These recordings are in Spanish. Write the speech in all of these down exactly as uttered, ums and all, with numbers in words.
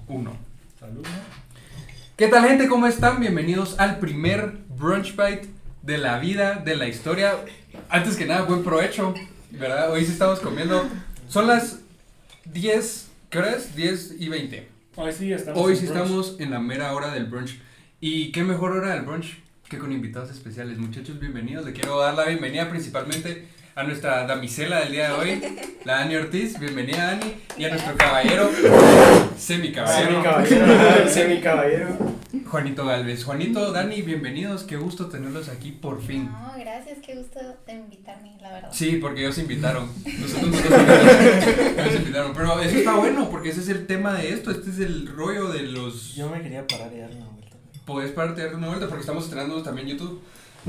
Uno. Salud. ¿Qué tal, gente? ¿Cómo están? Bienvenidos al primer Brunch Bite de la vida, de la historia. Antes que nada, buen provecho, ¿verdad? Hoy sí estamos comiendo. Son las diez, ¿qué hora es? diez y veinte. Hoy sí estamos Hoy en sí brunch. estamos en la mera hora del brunch. ¿Y qué mejor hora del brunch que con invitados especiales? Muchachos, bienvenidos. Le quiero dar la bienvenida principalmente a nuestra damisela del día de hoy, la Dani Ortiz. Bienvenida, Dani. Y a nuestro caballero, semicaballero, Semicaballero, semicaballero. Juanito Galvez. Juanito, Dani, bienvenidos. Qué gusto tenerlos aquí por fin. No, gracias, qué gusto de invitarme, la verdad. Sí, porque ellos invitaron. Nosotros no nos invitaron. Ellos invitaron. Pero eso está bueno, porque ese es el tema de esto. Este es el rollo de los. Yo me quería parar y dar una vuelta. Pero... Puedes pararte y darte una vuelta porque estamos estrenando también YouTube.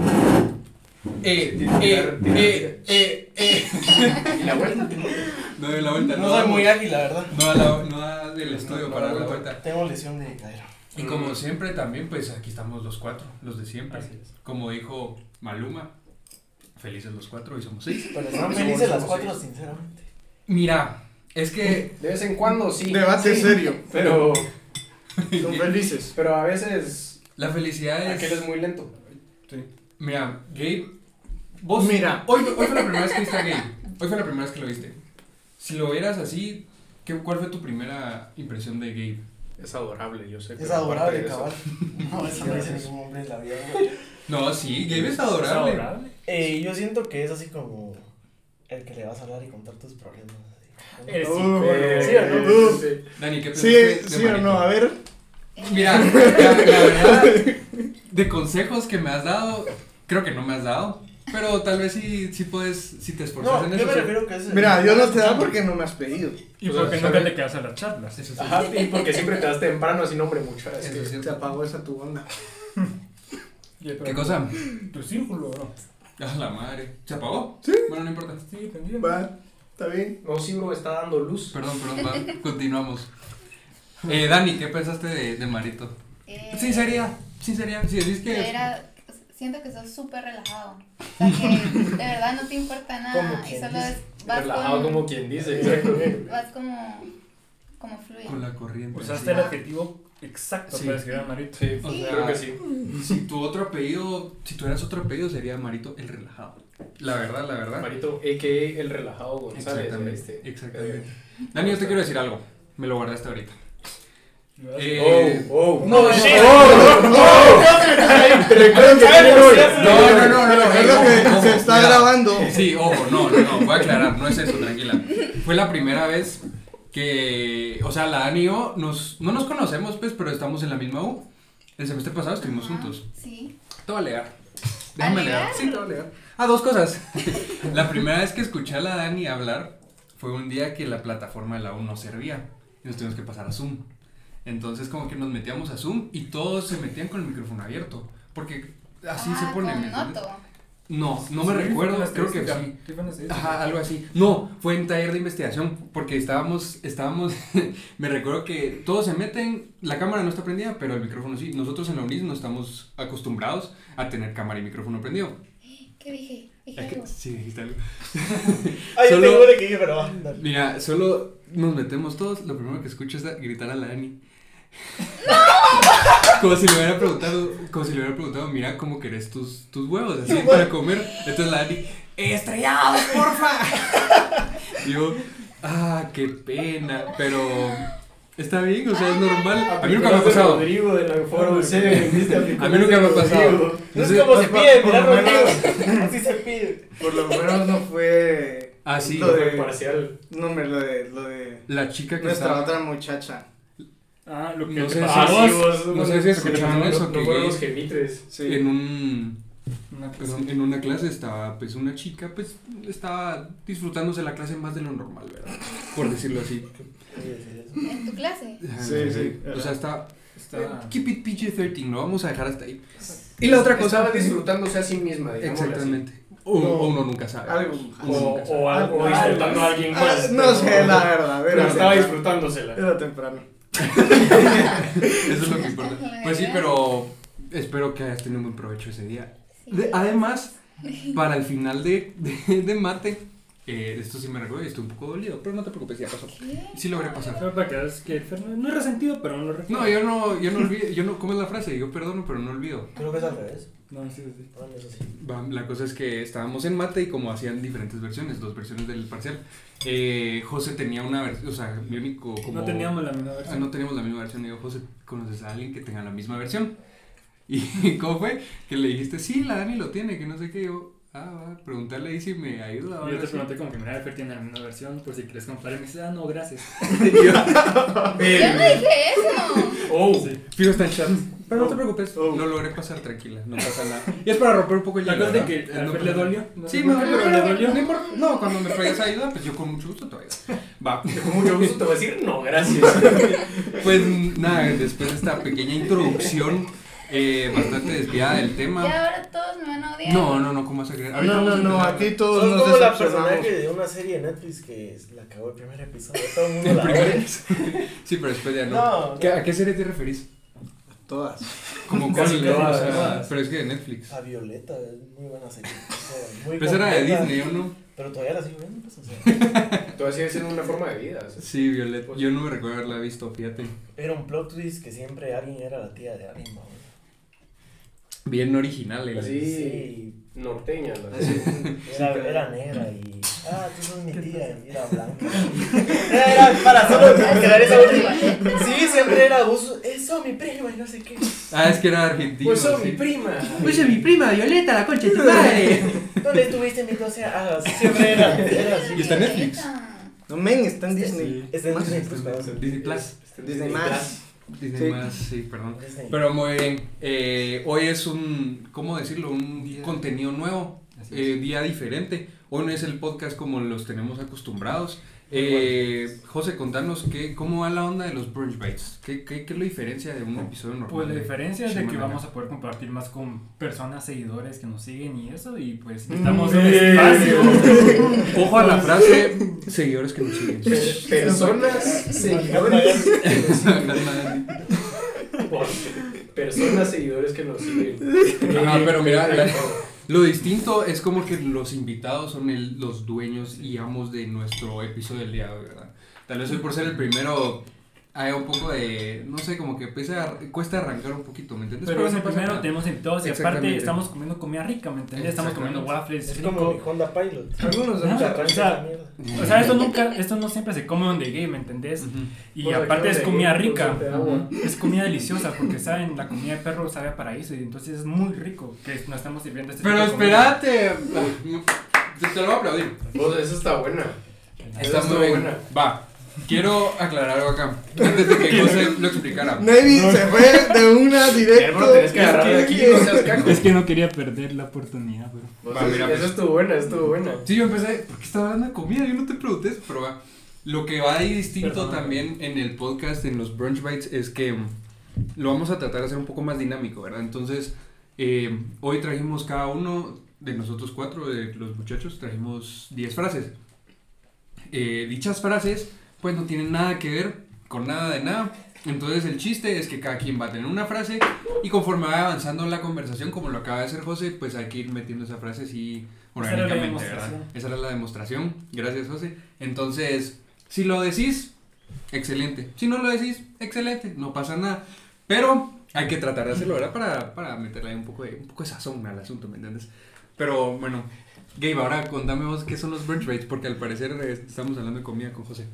Eh, eh, eh, eh, eh. ¿Y la vuelta? No de la vuelta, No soy muy ágil, la verdad. No da, la, no da del estudio No, para no, dar la no. vuelta. Tengo lesión de cadera. Y como siempre también, pues aquí estamos los cuatro, los de siempre. Así es. Como dijo Maluma, felices los cuatro y somos seis. Pero están Somos- felices las somos cuatro, seis. sinceramente. Mira, es que De vez en cuando sí. Debate Sí, serio. Pero, Son felices. pero a veces la felicidad es. aquel es muy lento. Mira, Gabe, vos. Mira. Hoy, hoy fue la primera vez que viste a Gabe. Hoy fue la primera vez que lo viste. Si lo vieras así, ¿qué, ¿cuál fue tu primera impresión de Gabe? Es adorable, yo sé. Es pero aparte adorable, de eso- cabal. No, eso no dice ningún hombre en la vida. güey. No, sí, Gabe es ¿Es adorable. adorable? Eh, yo siento que es así como el que le vas a hablar y contar tus problemas. así. Eres Uh, Eh, ¿Sí o no? sí. Dani, ¿qué Sí, pensaste de sí o Marito? no, a ver. Mira, la, la verdad, de consejos que me has dado, creo que no me has dado. Pero tal vez sí, sí puedes, si te esforzas No, en yo eso. me sí. refiero que es. Mira, yo no te da porque no me has pedido. Y O sea, porque ¿sabe? nunca te quedas a las charlas. Eso sí. Ajá, y porque siempre te das temprano así nombre mucho. Es Eso que es cierto. Se apagó esa tu onda. ¿Qué cosa? Tu círculo, bro. A la madre. ¿Se apagó? Sí. Bueno, no importa. Sí, también. Va, está bien. no, sí, bro, está dando luz. Perdón, perdón, va, continuamos. Eh, Dani, ¿qué pensaste de, de Marito? Eh, Sinceridad, sinceridad. Si decís que. Era, siento que sos súper relajado. O sea, que de verdad no te importa Como nada. Y quien solo dice. es, vas Relajado con, como quien dice, exacto. vas como, como fluye. Con la corriente. Usaste el adjetivo exacto Sí. para describir a Marito. Sí, O Sí. sea, creo que sí. Si tu otro apellido, si tuvieras otro apellido, sería Marito el relajado. La verdad, la verdad. Marito, a k a el relajado González. Exactamente. este. Exactamente. Dani, yo te quiero decir algo. Me lo guardaste ahorita. Eh, Oh, oh. No, shit. Recuerda que tiene novia. No, no, no, no, Recuerda no, que no, se no, está cuidado. grabando. Sí, ojo, no, no, no, voy a aclarar, no es eso, tranquila. Fue la primera vez que, o sea, la Dani y yo nos, no nos conocemos, pues, pero estamos en la misma U. El semestre pasado estuvimos Ajá, juntos. Sí. Te voy a alegar. Déjame ¿Alegar? alegar. Sí, te voy a alegar. Ah, dos cosas. La primera vez que escuché a la Dani hablar fue un día que la plataforma de la U no servía y nos tuvimos que pasar a Zoom. Entonces como que nos metíamos a Zoom y todos se metían con el micrófono abierto, porque así Ah, se pone. con ¿me entiendes? Noto. No, no me Sí, recuerdo, fue una creo que estadística. sí. Sí, fue una estadística. Ajá, algo así. No, fue en taller de investigación porque estábamos, estábamos, me recuerdo que todos se meten, la cámara no está prendida, pero el micrófono sí. Nosotros en la UNIS no estamos acostumbrados a tener cámara y micrófono prendido. ¿Qué dije? Dije Es que- algo. Sí, dijiste algo. Ay, yo Solo- tengo de que ir, pero va. dale. Mira, solo nos metemos todos, lo primero que escucho es a- gritar a la Dani. Como si le hubiera preguntado, como si le hubiera preguntado, mira cómo querés tus, tus huevos, así para comer. Entonces la Dani, "Eh, estrellados, porfa". Y yo, ah, qué pena, pero está bien, o sea, es normal. A mí nunca me ha Aplicaste pasado. Rodrigo de la Foro C, ¿viste? A mí nunca me ha pasado. No es sé, como se por- pide, por mira, lo menos- Rodrigo. Así se pide. Por lo menos no fue. Ah, sí, Lo Fue de. parcial. No, me lo de. Lo de. la chica que Nuestra estaba. otra muchacha. Ah, lo que No te sé pasó a si- vos. sí, vos- no sé si escucharon no- eso, no que fueron gay- los gemitres. Sí. En un Una Pues cosa. en una clase estaba, pues una chica, pues estaba disfrutándose la clase más de lo normal, ¿verdad? Por decirlo así. ¿En tu clase? Ajá, Sí, sí. O sea, está, Está... keep it P G trece, lo vamos a dejar hasta ahí. Y la otra cosa... Estaba disfrutándose a sí misma, digámoslo así. Exactamente. O, No. o uno nunca sabe. Algo. Uno O, nunca sabe. o, algo, o disfrutando a alguien Ah, más. no pero- sé, la verdad. Pero Era estaba temprano. disfrutándosela. Era temprano. Eso es lo que importa. Pues sí, pero espero que hayas tenido un buen provecho ese día. Sí. De- además, para el final de, de, de mate, Eh, esto sí me recuerdo y estoy un poco dolido, pero no te preocupes, ya pasó. ¿Qué? Sí logré pasar. No, para que veas que Fer no es resentido, pero no lo recuerdo. No, yo no, yo no olvido, yo no, ¿cómo es la frase? Yo perdono, pero no olvido. Creo que es al revés. No, sí, sí. Ah, eso sí. Va, la cosa es que estábamos en mate y como hacían diferentes versiones, dos versiones del parcial, eh, José tenía una versión, o sea, mi único como... No teníamos la misma Ah, versión. no teníamos la misma versión, y yo, José, ¿conoces a alguien que tenga la misma versión? Y ¿cómo fue? Que le dijiste, sí, la Dani lo tiene, que no sé qué, yo... Ah, va, preguntarle ahí si me ayuda. Y yo te sí. pregunté como que mira, Fer tiene la misma versión, por si quieres comprar. Y me dice, ah, no, gracias. Yo no dije eso. Oh, Sí. Fijo está en chat. Pero no te Oh. preocupes, Oh. lo logré pasar tranquila, no pasa nada. Y es para romper un poco el La hielo, cosa es ¿verdad? que a No Fer pasa le nada. dolió. No Sí, sé me por qué, dolió, pero le pero dolió. no importa. No, cuando me traigas ayuda, pues yo con mucho gusto te voy a ayudar. Va. con mucho gusto te voy a decir no, gracias. Pues nada, después de esta pequeña introducción eh, bastante desviada del Y tema. ahora todos me van a odiar. No, no, no, ¿cómo vas a creer? Ahorita No, no, vamos a no, empezar. aquí todos Sos nos como la decepcionamos. personaje de una serie de Netflix que la cagó el primer episodio. Todo el mundo El la primer odia. Sí, pero después ya no. No, ¿Qué- ¿A qué serie te referís? Todas. Como Casi cuál, todas, o sea, todas. pero es que de Netflix. a Violeta, es muy buena serie. O sea, muy Pues era de completa, Disney, ¿o no? Pero todavía la sigo viendo, pues, o sea. Todavía sigue siendo una forma de vida. o sea. Sí, Violeta. Yo no me recuerdo haberla visto, fíjate. Era un plot twist que siempre alguien era la tía de alguien, ¿no? Bien original, el... Así, Sí. norteña. ¿no? Era, era negra y. Ah, tú sos mi tía. Y era blanca. Era, era para solo crear esa última. Sí, siempre era abuso. Eso, mi prima y no sé qué. Ah, es que era argentino. Pues son sí. mi prima. Oye, mi prima Violeta, la concha de tu madre. ¿Dónde estuviste mis doce años? Siempre era, era así. Y está en Netflix. No, men, está en Disney. Es de Más. Disney Plus, ¿no? Disney Plus. Disney más. Disney Sí. más, sí, perdón. Disney. Pero muy bien. Eh, hoy es un, ¿cómo decirlo? Un Día. contenido nuevo, Así es. eh, día diferente. Hoy no es el podcast como los tenemos acostumbrados. Eh, José, contanos qué, cómo va la onda de los brunch bites. ¿Qué, qué, qué es la diferencia de un episodio normal? Pues la de diferencia es de que Semana? vamos a poder compartir más con personas, seguidores que nos siguen y eso, y pues Mm, necesitamos un eh. espacio. Ojo a la frase, seguidores que nos siguen. Personas, seguidores. Personas, seguidores que nos siguen. Ajá, pero mira, la- lo distinto es como que los invitados son el- los dueños y amos de nuestro episodio del día de hoy, ¿verdad? Tal vez hoy por ser el primero hay un poco de, no sé, como que empieza a- cuesta arrancar un poquito, ¿me entiendes? Pero es no el pasa primero, nada. tenemos invitados y aparte Exactamente. estamos comiendo comida rica, ¿me entiendes? Estamos comiendo Exactamente. waffles, Es rico. como mi Honda Pilot. Algunos Ajá. de Arranca o sea, esa mierda. O sea, esto nunca, esto no siempre se come donde gay, ¿me entendés? Ujú. Y Por aquí aparte es donde comida hay un rica, consumo de agua. es comida deliciosa porque saben, la comida de perro sabe a paraíso y entonces es muy rico que nos estamos sirviendo este Pero tipo de comida. espérate, ah, te, te lo voy a aplaudir. Vos, esa está buena. Está Esa muy estuvo bien. buena. Va, quiero aclarar algo acá, antes de que José lo explicara. Navy se fue de una directo. Hermano, tenés que agarrar de aquí, no seas caco. Es que no quería perder la oportunidad, pero... Vos, Va, mira, esa pues. estuvo buena, estuvo buena. Sí, yo empecé, ¿por qué estaba hablando de comida? Yo no te pregunté, eso, pero va. Lo que va ahí distinto Perdón. también en el podcast, en los Brunch Bites, es que mm, lo vamos a tratar de hacer un poco más dinámico, ¿verdad? Entonces, eh, hoy trajimos cada uno de nosotros cuatro, de los muchachos, trajimos diez frases. Eh, dichas frases, pues no tienen nada que ver con nada de nada. Entonces el chiste es que cada quien va a tener una frase y conforme vaya avanzando la conversación, como lo acaba de hacer José, pues hay que ir metiendo esa frase así Esa era la orgánicamente, ¿verdad? demostración. Esa era la demostración. Gracias, José. Entonces, si lo decís, excelente. Si no lo decís, excelente. No pasa nada. Pero hay que tratar de hacerlo, ¿verdad? Para, para meterle ahí un poco, de, un poco de sazón al asunto, ¿me entiendes? Pero bueno, Gabe, ahora contame vos qué son los brunch bites, porque al parecer eh, estamos hablando de comida con José.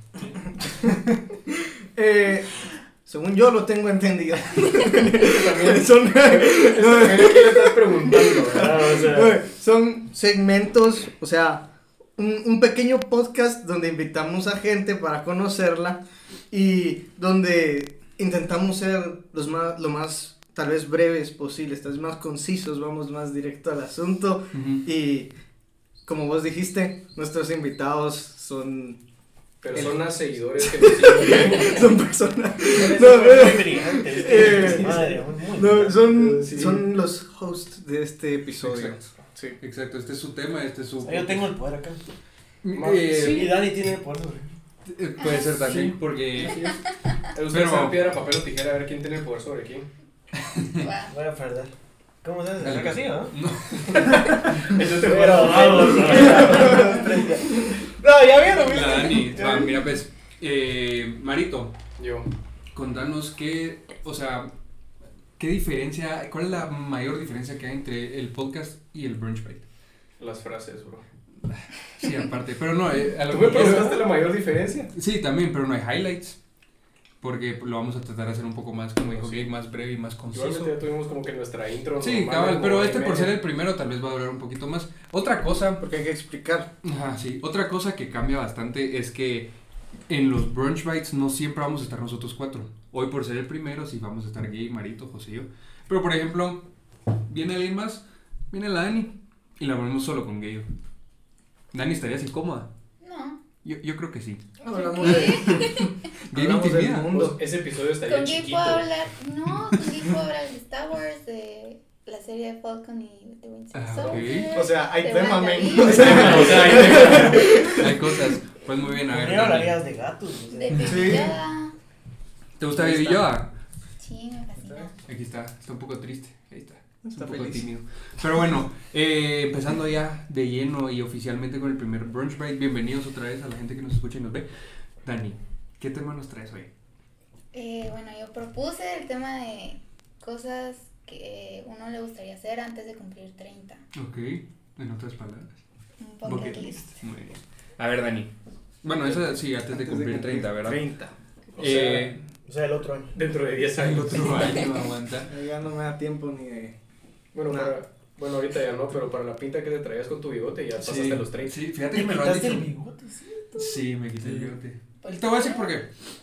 Eh, según yo lo tengo entendido. También, Son, también aquí le estás preguntando, ¿verdad? O sea, son segmentos, o sea, un, un pequeño podcast donde invitamos a gente para conocerla y donde intentamos ser los más, lo más tal vez breves posibles, tal vez más concisos, vamos más directo al asunto y como vos dijiste, nuestros invitados son, personas, seguidores que nos siguen. son personas, Eres No, muy eh, inteligente, eh, es madre, muy, muy no, inteligente. son, Sí. son los hosts de este episodio. Exacto. Sí. Exacto, este es su tema, este es su... Yo tengo el poder acá. Eh, Sí, y Dani tiene el poder sobre. eh, Puede ser también, Sí. porque... Ustedes Pero- están piedra, papel o tijera a ver quién tiene el poder sobre quién. Va. Voy a perder. ¿Cómo se hace? Dale. ¿La casilla, no? Eso te Pero vamos. No, ya vieron, La Dani, va, mira pues, eh, Marito, Yo. contanos qué, o sea, qué diferencia, cuál es la mayor diferencia que hay entre el podcast y el Brunch Bite. Las frases, bro. Sí, aparte, pero no, eh, a lo ¿Tú que me quiero- preguntaste la mayor diferencia? Sí, también, pero no hay highlights. Porque lo vamos a tratar de hacer un poco más, como dijo Sí. Gabe, más breve y más conciso. Igualmente ya tuvimos como que nuestra intro. Sí, normal, cabal, como pero hora y este por media. ser el primero tal vez va a durar un poquito más. Otra cosa, Porque hay que explicar. ajá, sí, otra cosa que cambia bastante es que en los Brunch Bites no siempre vamos a estar nosotros cuatro. Hoy por ser el primero sí vamos a estar Gabe, Marito, José y yo. Pero por ejemplo, viene alguien más, viene la Dani y la ponemos solo con Gabe. Dani, ¿estarías incómoda? No. Yo, yo creo que sí. Hablamos de, Gabe hablamos del intimida. mundo. Pues, ese episodio estaría Con Gabe chiquito. puedo hablar. No, con Gabe puedo hablar de Star Wars, de la serie de Falcon y The Winter Ah, Soldier. ok. O sea, hay de tema, men. WandaVision, O sea, ahí Hay cosas. Pues muy bien, a ver. Primero Dani. hablarías de gatos. O sea. de Baby Sí. Yoda. ¿Te gusta Ahí Baby está. Yoda? Sí, me fascina. Aquí está, está un poco triste. Ahí está. Está un poco feliz. tímido. Pero bueno, eh, empezando ya de lleno y oficialmente con el primer Brunch Break. Bienvenidos otra vez a la gente que nos escucha y nos ve. Dani, ¿qué tema nos traes hoy? Eh, bueno, yo propuse el tema de cosas que uno le gustaría hacer antes de cumplir treinta. Ok, en otras palabras. Un bucket list. Muy bien. A ver, Dani. Bueno, eso sí, antes de cumplir treinta, ¿verdad? treinta. O sea, Eh, O sea, el otro año. dentro de diez el años. otro año aguanta. Ya no me da tiempo ni de. Bueno, Nada. para, bueno, ahorita ya no, pero para la pinta que te traías con tu bigote ya pasaste Sí, los treinta. sí, fíjate Te que me lo han quitaste dicho. el bigote, sí. Sí, me quité el bigote. ¿Por Te voy a qué? decir por qué.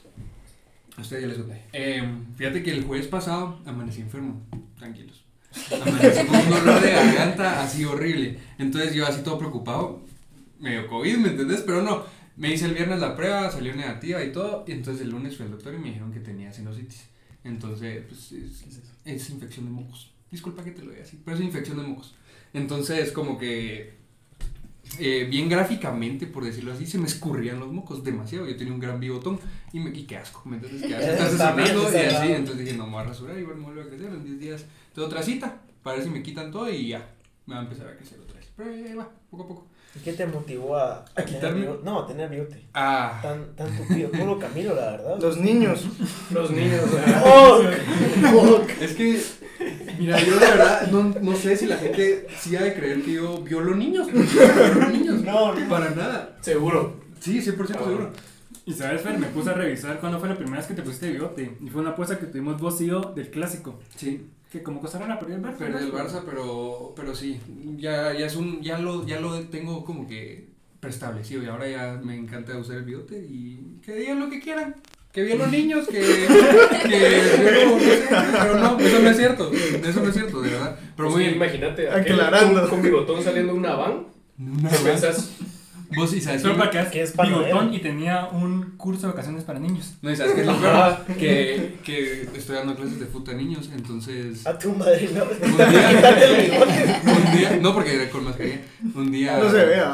A ustedes ya les conté. Eh, fíjate que el jueves pasado amanecí enfermo. Tranquilos. Amanecí con un dolor de garganta así horrible. Entonces yo así todo preocupado. Medio COVID, ¿me entendés? Pero no. Me hice el viernes la prueba, salió negativa y todo. Y entonces el lunes fui al doctor y me dijeron que tenía sinusitis. Entonces, pues es, es infección de mocos. Disculpa que te lo diga así, pero es infección de mocos. Entonces, como que eh, bien gráficamente, por decirlo así, se me escurrían los mocos demasiado. Yo tenía un gran bigotón y, me, y qué asco, ¿me entiendes? Qué asco, estás Está bien, sonando y está así. bien. Entonces dije, no me voy a rasurar, igual me vuelve a crecer. En diez días tengo otra cita para ver si me quitan todo y ya, me va a empezar a crecer otra vez. Pero ahí va, poco a poco. ¿Y qué te motivó a, ¿A quitarme? tener bigote? No, a tener bigote. Ah, Tan, tan tupido. Puro Camilo, la verdad. Los niños. Los niños, o sea, ¡Oh! es que, mira, yo de verdad no, no sé si la gente sí ha de creer que yo violo niños. Porque yo no violo niños. No, no. Para nada. seguro. Sí, cien por ciento Ah, seguro. Y sabes, Fer, me puse a revisar cuándo fue la primera vez que te pusiste bigote. Y fue una apuesta que tuvimos vos y yo del clásico. Sí. Que como costaron a perder el Barça. Perdí el Barça, pero, pero sí, ya, ya es un, ya lo, ya lo tengo como que preestablecido y ahora ya me encanta usar el bigote y que digan lo que quieran, que bien los niños, que, que yo no, no sé, pero no, eso no es cierto, eso no es cierto, de verdad, pero Pues muy sí, bien. imagínate, aquel Aclarando. con, con bigotón saliendo de una van. Una ¿Qué vez, piensas? vos y sabes Solo qué- para que hagas ¿Qué es panadero? bigotón y tenía un curso de vacaciones para niños. no, y sabes qué es lo peor, que, que estoy dando clases de fútbol a niños, entonces A tu madre, no. un día, Quítate el bigote. un día, no porque era con mascarilla, un día, No se vea.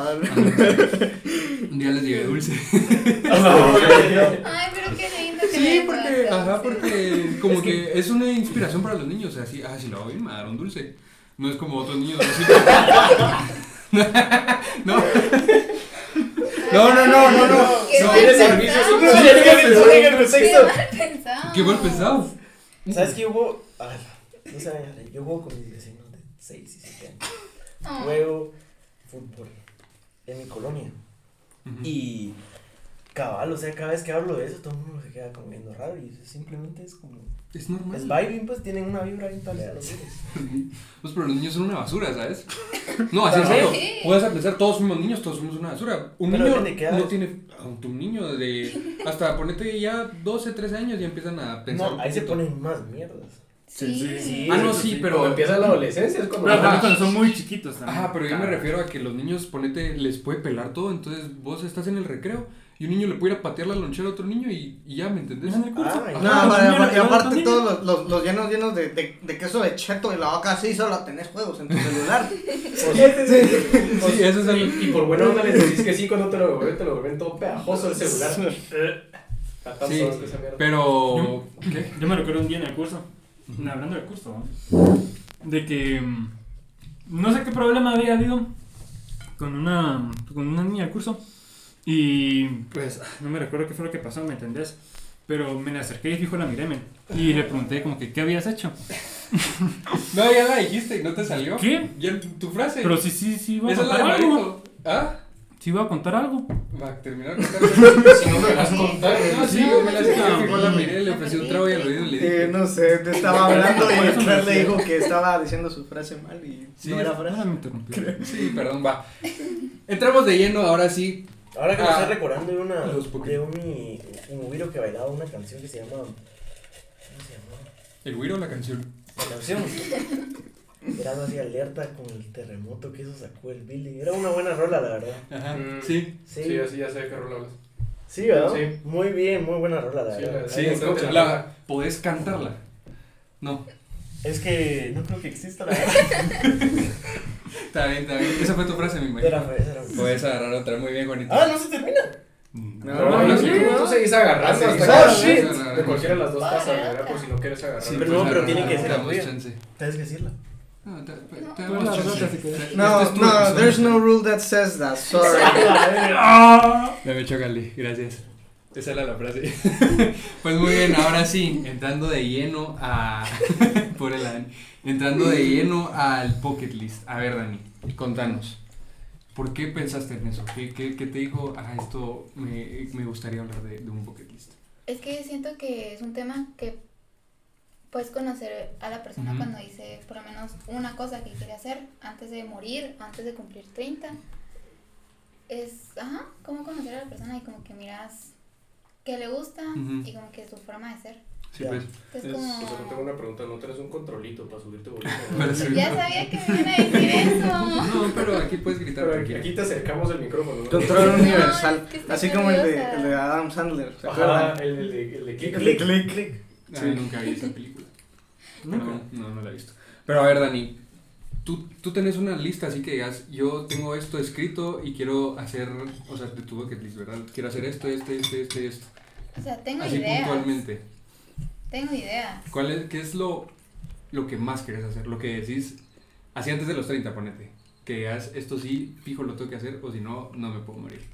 un día les llevé dulce. Ay, pero qué lindo que Sí, le porque, digas, ajá, sí. porque como que es una inspiración para los niños, o sea, así, ah, si lo hago bien me darán dulce. No es como otros niños, así. No. No, no, no, no, no. Qué No, mal tienes pensado. servicios No, sociales. ya que me pensado. ponen en el Qué sexto. mal pensado. Qué mal pensado. ¿Sabes qué? Yo juego. Ah, no saben, yo juego con mis vecinos de seis y siete años. Oh. Juego fútbol en mi colonia. Ujú. Y cabal, o sea, cada vez que hablo de eso, todo el mundo se queda como viendo raro. Y simplemente es como. Es normal. Es vibing, pues tienen una vibra bien talera los niños. Pues pero los niños son una basura, ¿sabes? No, así es Pero- serio. Puedes a pensar, todos fuimos niños, todos somos una basura. Un Pero niño depende de qué edad. no tiene, aunque un niño de, hasta ponete ya doce, trece años y empiezan a pensar No, un ahí se poquito. ponen más mierdas. Sí. Sí. Ah, no, sí, Pero pero... empieza la adolescencia, es cuando. Pero Ajá. también cuando son muy chiquitos también. Ajá, pero yo me Caray. refiero a que los niños, ponete, les puede pelar todo, entonces vos estás en el recreo y un niño le puede ir a patear la lonchera a otro niño y, y ya, ¿me entendés? En el curso. Ay, Ajá. No, Ajá, vale, los niños vale, y le pegan a aparte los todos los, los, los llenos llenos de, de, de queso de cheto y la vaca así, solo tenés juegos en tu celular. Sí, eso es el... Y, y por buena onda les decís que sí, cuando te lo devuelven, te lo devuelven todo pegajoso el celular. Tan Sí, soso que esa mierda. pero... ¿Qué? Yo me recuerdo un día en el curso, hablando del curso, ¿no? De que mm, no sé qué problema había habido con una, con una niña del curso Y pues no me recuerdo qué fue lo que pasó, ¿me entendés? Pero me la acerqué y fijo la miré, men, y le pregunté como que, ¿qué habías hecho? No, ya la dijiste y no te salió. ¿Qué? Ya tu frase. Pero sí, sí, sí iba a Esa es la contar de algo. Marito. ¿Ah? Sí iba a contar algo. Va a terminar contando. Si no me las contar. No, sí, yo me la acerqué, fijo la miré, le ofrecí un trago y al oído le dije. Eh, no sé, te estaba hablando y Por eso el me Fer le decía. dijo que estaba diciendo su frase mal y Sí, no era Ah, frase. me interrumpió. Sí, perdón, va. Entramos de lleno, ahora sí. Ahora que me Ah, estoy recordando de una los Pokémon. de un mi, un güiro que bailaba una canción que se llama ¿cómo se llama? ¿El güiro o la canción? La canción era algo así alerta con el terremoto que eso sacó el Billy. Era una buena rola, la verdad. Ajá. Mm. Sí. Sí, Sí, así ya sé de qué rola hablas. sí, ¿verdad? Sí. Muy bien, muy buena rola, la Sí, verdad. la- Sí, Ahí es está. como- la- la, ¿podés cantarla? No. Es que no creo que exista la verdad. Está bien, está bien. Esa fue tu frase, mi imagino. Era, era, Puedes agarrar otra, muy bien, Juanito. Ah, no se termina. No, No, no, no, no, sí, sí, no. tú seguís agarrando Ah, hasta sí, que sí, sí, de cualquiera de las dos Vale, casas, ¿verdad? otra. Por si no quieres agarrar. Sí, pero pues, no, pero agarra- tiene que ser la damos tuya. chance. Tienes que decirla. No, te, te- te Tú damos las chance. otras si quieres. Este No, es tu no, episodio. there's no rule that says that, sorry. Ya me chocale, gracias. Esa era la frase. Pues muy bien, ahora sí, entrando de lleno a. Por el Dani. Entrando de lleno al bucket list. A ver, Dani, contanos. ¿Por qué pensaste en eso? ¿Qué, qué, qué te dijo? Ah, esto me, me gustaría hablar de, de un bucket list. Es que siento que es un tema que puedes conocer a la persona Ujú. cuando dice por lo menos una cosa que quiere hacer antes de morir, antes de cumplir treinta. Es, ajá, cómo conocer a la persona y como que miras qué le gusta Ujú. y como que su forma de ser. Sí, Ya. pues. Es Es- como... o sea, no tengo una pregunta, ¿no tenés un controlito para subirte volumen? Para subir- Ya sabía que me iban a decir eso. No, pero aquí puedes gritar. Pero tranquila. aquí, aquí te acercamos el micrófono. ¿no? Control No, universal. es que estoy Así como el de, nerviosa. el de Adam Sandler. ¿Se Ajá, acuerdan? el, el de, el de click, Clic, click. clic, clic. Ah, Sí. nunca vi esa película. No, no, no la he visto. Pero a ver, Dani, tú, tú tenés una lista así que digas, yo tengo esto escrito y quiero hacer, o sea, de tu bucket list, ¿verdad? Quiero hacer esto, esto, esto, esto, y esto. O sea, tengo Así ideas. puntualmente. Tengo ideas. ¿Cuál es, qué es lo, lo que más querés hacer? Lo que decís, así antes de los treinta, ponete. Que digas, esto sí, fijo lo tengo que hacer, o si no, no me puedo morir.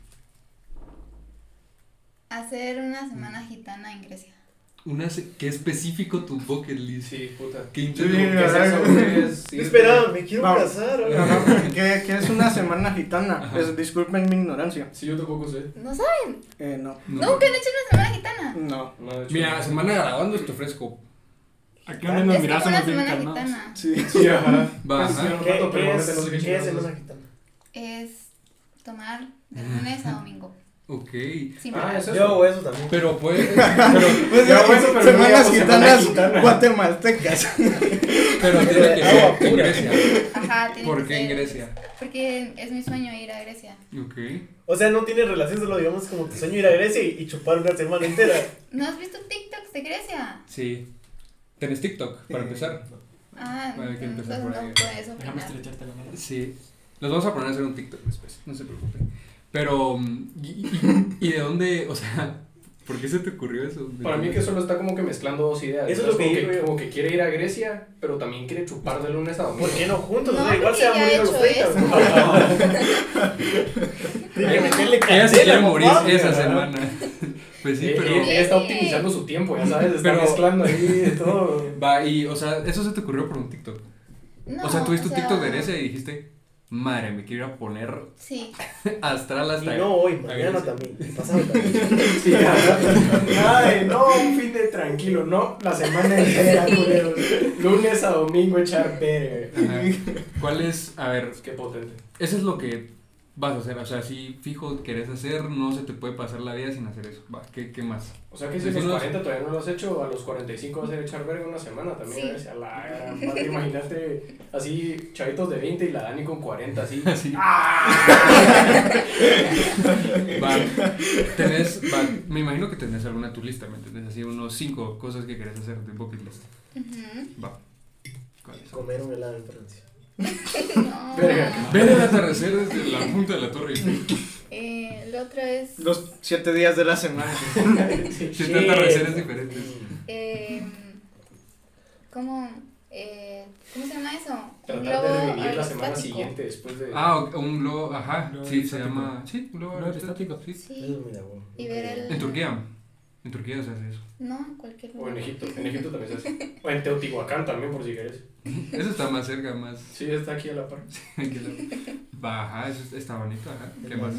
Hacer una semana gitana en Grecia. Una, se- ¿qué específico tu bucket list? Sí, puta. ¿Qué Sí, intenso? ¿Qué es eso? ¿Qué es? Sí, Espera, me quiero Vamos. casar. Ajá. ¿Qué, qué es una semana gitana? Ajá. Pues, disculpen mi ignorancia. Sí, yo tampoco sé. ¿No saben? Eh, no. No. ¿Nunca han hecho una semana gitana? No. No, de hecho, Mira, no. la semana grabando te ofrezco. Aquí donde nos Es mirás como una somos bien semana calmados. gitana. Sí. Sí, ajá. Va, Pues, ajá. sí, un ¿Qué, rato, pero qué realmente es, no sé qué ¿qué es chingados semana es. gitana? Es tomar de lunes a domingo. Ok. Sin Ah, parar. eso es. Yo hago eso también. Pero puede. Pero, Pues, Ya, bueno, pero no semanas digamos semana gitanas gitana. guatemaltecas. pero tiene que Agua ser en pura. Grecia. Ajá, tiene ¿Por que qué en ser- Grecia? Porque es mi sueño ir a Grecia. Ok. O sea, no tiene relación, solo digamos como tu sueño ir a Grecia y, y chupar una semana entera. ¿No has visto TikToks de Grecia? Sí. ¿Tenés TikTok para empezar? Ah, Vale, hay que entonces empezar no por ahí. puedes Déjame opinar. estrecharte la mano. Sí. Los vamos a poner a hacer un TikTok después, no se preocupen. Pero, mm, ¿y, y, y de dónde, o sea, por qué se te ocurrió eso? ¿De Para mí dónde? que solo está como que mezclando dos ideas. Eso es ¿sabes? lo que como, digo que, yo. como que quiere ir a Grecia, pero también quiere chupar de lunes a domingo. ¿Por qué no juntos? No, O sea, igual porque se va a ya morir he a los hecho treinta. Tiene que meterle Ella se candela, quiere morir papá. esa semana. Pues sí, Eh, pero... eh, ella está optimizando su tiempo, ya sabes, está Pero- mezclando ahí de todo. Va, y, o sea, eso se te ocurrió por un TikTok. No, o sea, tuviste un o sea, TikTok de Grecia y dijiste, madre, me quiero ir a poner Sí. astral Y hasta... no hoy, a mañana Grecia. también. Y pasado también. Sí, ajá. Nada de no un fin de tranquilo, no la semana entera, culeros. Lunes a domingo echar verga. Ajá. ¿Cuál es, a ver, Qué potente. eso es lo que vas a hacer? O sea, si fijo querés hacer, no se te puede pasar la vida sin hacer eso. Va, ¿qué, qué más? O sea que si a los Decinos- cuarenta todavía no lo has hecho, a los cuarenta y cinco vas a ir a echar verga una semana también. Sí. A la gran madre, imagínate así chavitos de veinte y la Dani con cuarenta, así. Así. Va, tenés, va, me imagino que tenés alguna en tu lista, ¿me entendés? Así unos cinco cosas que querés hacer de bucket list. Ujú. Va. ¿Cuáles son? Comer un helado en Francia. No. Verga. Ver el atardecer desde la punta de la torre. Eh, el otro es Los siete días de la semana. Siete atardeceres diferentes. eh, como eh, ¿Cómo se llama eso? Un Tratar globo de revivir la semana aerostático. siguiente después de. Ah, o- un globo, ajá, Globo sí, se aerostático. llama, sí, un globo Globo aerostático, aerostático. sí. Sí. Eso es muy de huevo. Y ver el- En Turquía, en Turquía se hace eso. No, en cualquier O lugar. en Egipto. En Egipto también se hace. O en Teotihuacán también, por si querés. Eso está más cerca, más. Sí, está aquí a la par. que lo- Va, ajá, eso está bonito, ajá. ¿Qué más?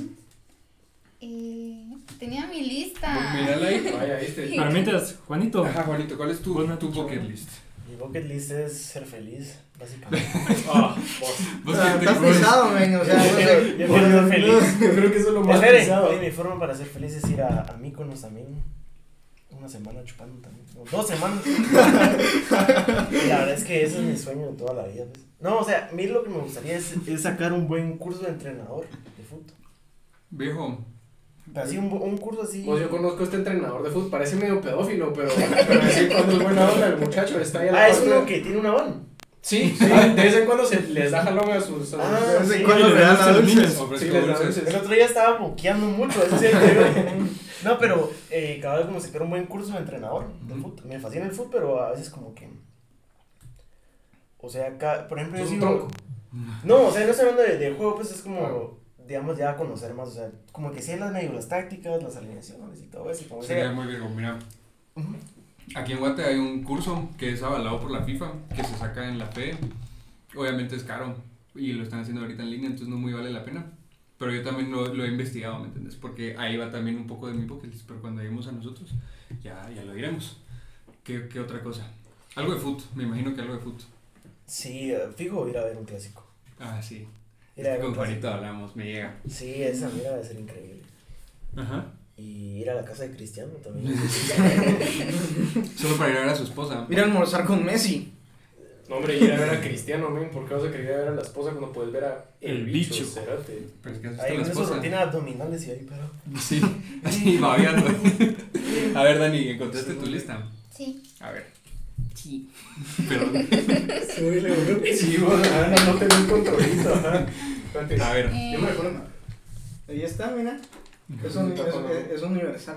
Y tenía mi lista. Mírala ahí. Vaya, ¿viste? Para mientras, Juanito. Ajá, Juanito, ¿cuál es tu, Bueno, tu dicho, bucket ¿no? list? Mi bucket list es ser feliz, básicamente. Ah, vos. ¿Vos Ah, qué te estás pones? pesado, men, o sea, Yo no quiero- sé. yo quiero ser feliz. Yo creo que eso es lo más Espere, pesado. oye, mi forma para ser feliz es ir a, a Mykonos también. Una semana chupando también. No, dos semanas. Y la verdad es que ese es mi sueño de toda la vida. Pues. No, o sea, a mí lo que me gustaría es, es sacar un buen curso de entrenador de fútbol. Viejo, Así, un, bu- un curso así. Pues yo conozco a este entrenador de fútbol, parece medio pedófilo, pero, pero sí, cuando es buena onda el muchacho, está ahí a la Ah, es parte- uno que tiene una van. Sí, sí, de vez en cuando se les da jalón a sus... a sus- Ah, De vez en sí. cuando Oye, me le dan gustan los dulces. niños. Sí, ofrezco les da dulces. dulces. El otro día estaba moqueando mucho, eso sí, yo- No, pero eh, cada vez como si fuera un buen curso de entrenador de Ujú. fútbol. Me fascina el fútbol, pero a veces como que... O sea, ca- por ejemplo, yo Sos un sigo... tronco. No, o sea, no estoy hablando de, de juego, pues es como, digamos, ya conocer más, o sea, como que sí las medio las tácticas, las alineaciones y todo eso. y Como sería sea. muy viejo, mira. Ujú. Aquí en Guate hay un curso que es avalado por la FIFA, que se saca en la F E D. Obviamente es caro y lo están haciendo ahorita en línea, entonces no muy vale la pena. Pero yo también lo, lo he investigado, ¿me entiendes? Porque ahí va también un poco de mi bucket list, pero cuando lleguemos a nosotros ya, ya lo diremos. ¿Qué, ¿Qué otra cosa? Algo de foot, me imagino que algo de foot. Sí, eh, fijo ir a ver un clásico. Ah, sí. Ir a ver Con un Juanito clásico. hablamos, me llega. Sí, esa mira debe ser increíble. Ajá. Y ir a la casa de Cristiano también. Solo para ir a ver a su esposa. Ir a almorzar con Messi. No, hombre, ir a ver a Cristiano, men, ¿por qué vas a querer ir a ver a la esposa cuando puedes ver a el, El bicho? bicho. Cerote? Pero es que has visto Ahí a la con sus esposa. rutinas abdominales y ahí, pero... Sí, así babeando. A ver, Dani, ¿encontraste tu lista? Sí. A ver. Sí. Perdón. Sí, vos, ah, no, no tenés controlito, ajá. Espérate. A ver. Eh, Yo me recuerdo. Ahí está, mira. Es, un- es, es- es universal.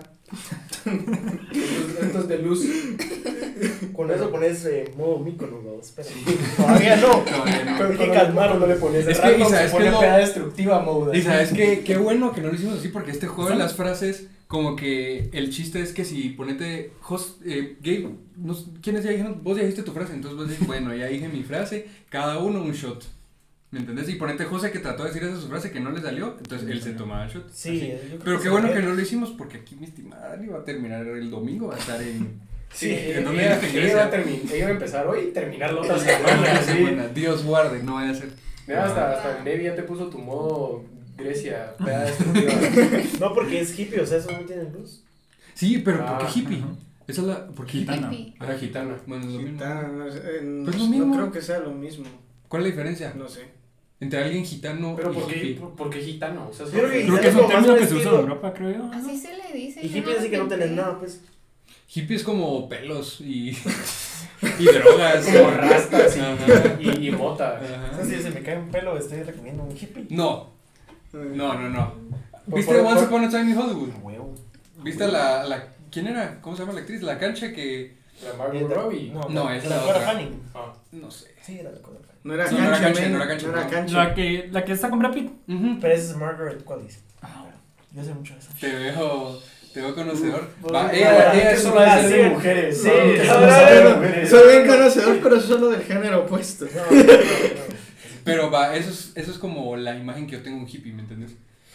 Estos, estos de luz. Con eso pones eh, modo Mykonos, ¿no? Espera. Todavía no. Todavía no. Hay que Cuando- calmarlo. Cuando le pones Es de que, random, ¿y sabes se pone qué lo- peda destructiva mode. Y así. sabes qué, qué bueno que no lo hicimos así porque este juego de las frases, como que el chiste es que si ponete, host, eh, Gabe, no, sé, ¿quiénes ya dijeron? Vos ya dijiste tu frase, entonces vos dices, bueno, ya dije mi frase, cada uno un shot. ¿Me entendés? Y ponete José que trató de decir esa su frase que no le salió, entonces él se tomaba el shot. Sí, así. yo creo Pero que qué bueno se que ve. no lo hicimos porque aquí mi estimada Dani va a terminar el domingo, va a estar en... Sí, ¿en dónde ella, dijiste? ella iba a terminar, ella iba a empezar hoy y terminar la otra semana. Una así. semana. Dios guarde, no vaya a ser. Mira, hasta, hasta Nevi ya te puso tu modo Grecia, peda destructiva. No, porque es hippie, o sea, eso no tiene luz. Sí, pero Ah, ¿por qué hippie? ajá. Esa es la... ¿Por qué hippie? Gitana. Hippie. Ah, gitana. Bueno, es lo mismo. Gitana, no, sé, eh, no, Pues lo no mismo. creo que sea lo mismo. ¿Cuál es la diferencia? No sé. Entre alguien gitano Pero y ¿por qué, hippie. por, por qué gitano? O sea, Yo creo que Creo que es un como más término un que se usa en estilo- Europa, creo yo. Así se le dice. Y yo hippie no así que no lo tenés pensé. nada, pues. Hippie es como pelos y, y drogas. como rastas y, Ajá. y, y mota. O Ajá. sea, si se me cae un pelo, estoy recomiendo un hippie. No, no, no, no. Por- ¿Viste por- Once por- Upon a Time in Hollywood? A huevo. ¿Viste la, la... ¿Quién era? ¿Cómo se llama la actriz? La cancha que... La Margot Robbie. No, No, no, es es la la Cora otra. Fanning. Ah. No sé. Sí, era la Cora Fanning. No era Sí, no era cancha, cancha, men, no era cancha, no era no. cancha. La que, la que está con Brad Pitt. Ujú. Pero esa es Margaret Qualley. Yo sé mucho de eso. Te veo... Te veo conocedor. Vos- Va, vos- ella, vos- ella es eso una va a de ser sí. de mujeres. Sí, ¿no? Que no, somos no, de no, mujeres. Soy bien conocedor, pero solo del género opuesto. No, no, no, no. Pero va, eso es, eso es como la imagen que yo tengo de un hippie, ¿me entiendes?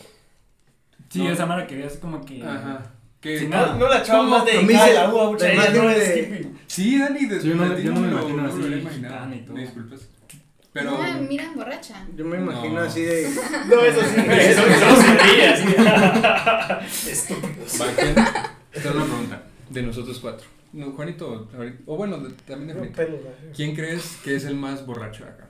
Sí, No. esa mara que veas como que. Ajá. Que... Sin No, nada. no la chava ¿Cómo? más A mí dedicada se- de la U A, mucha, la ella no imagen es de- hippie. Sí, Dani, de, Sí, yo no- de ti yo no me lo- imagino no así, me lo hubiera imaginado. gitana y todo. Me disculpas. Pero... No me miran borracha. Yo me imagino No. así de. No, eso sí. Eso, eso se ríe así. Estúpidos. Va, ¿quién? Esta es una pregunta de nosotros cuatro. No, Juanito, ahorita- o bueno, de- también de No, Juanito. pelo, ¿no? ¿Quién crees que es el más borracho de acá?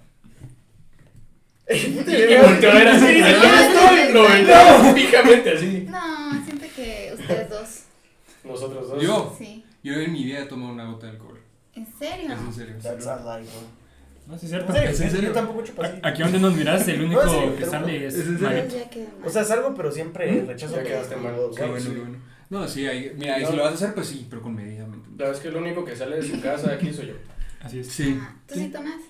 Y volteó a ver así. Sí, ¿dónde ya, estoy? ya, Lo ya. volteó fijamente así. No, siento que ustedes dos. Nosotros dos. Yo, Sí. yo en mi vida he tomado una gota de alcohol. ¿En serio? Es en serio. That's a lie, bro. No, sí, es cierto. En serio, ¿Es en yo serio? tampoco chupo así. A- Aquí donde nos miras, el único No, en serio, que pero- sale es ¿Es en serio? Marito. Ya quedó mal. O sea, salgo, pero siempre rechazo Ya que quedaste mal. Qué bueno, qué bueno. No, sí, hay, mira, y No. si lo vas a hacer, pues sí, pero con medida, ¿me entiendes? La verdad es que el único que sale de su casa aquí soy yo. Así es. Sí. Ah, ¿tú sí tomas?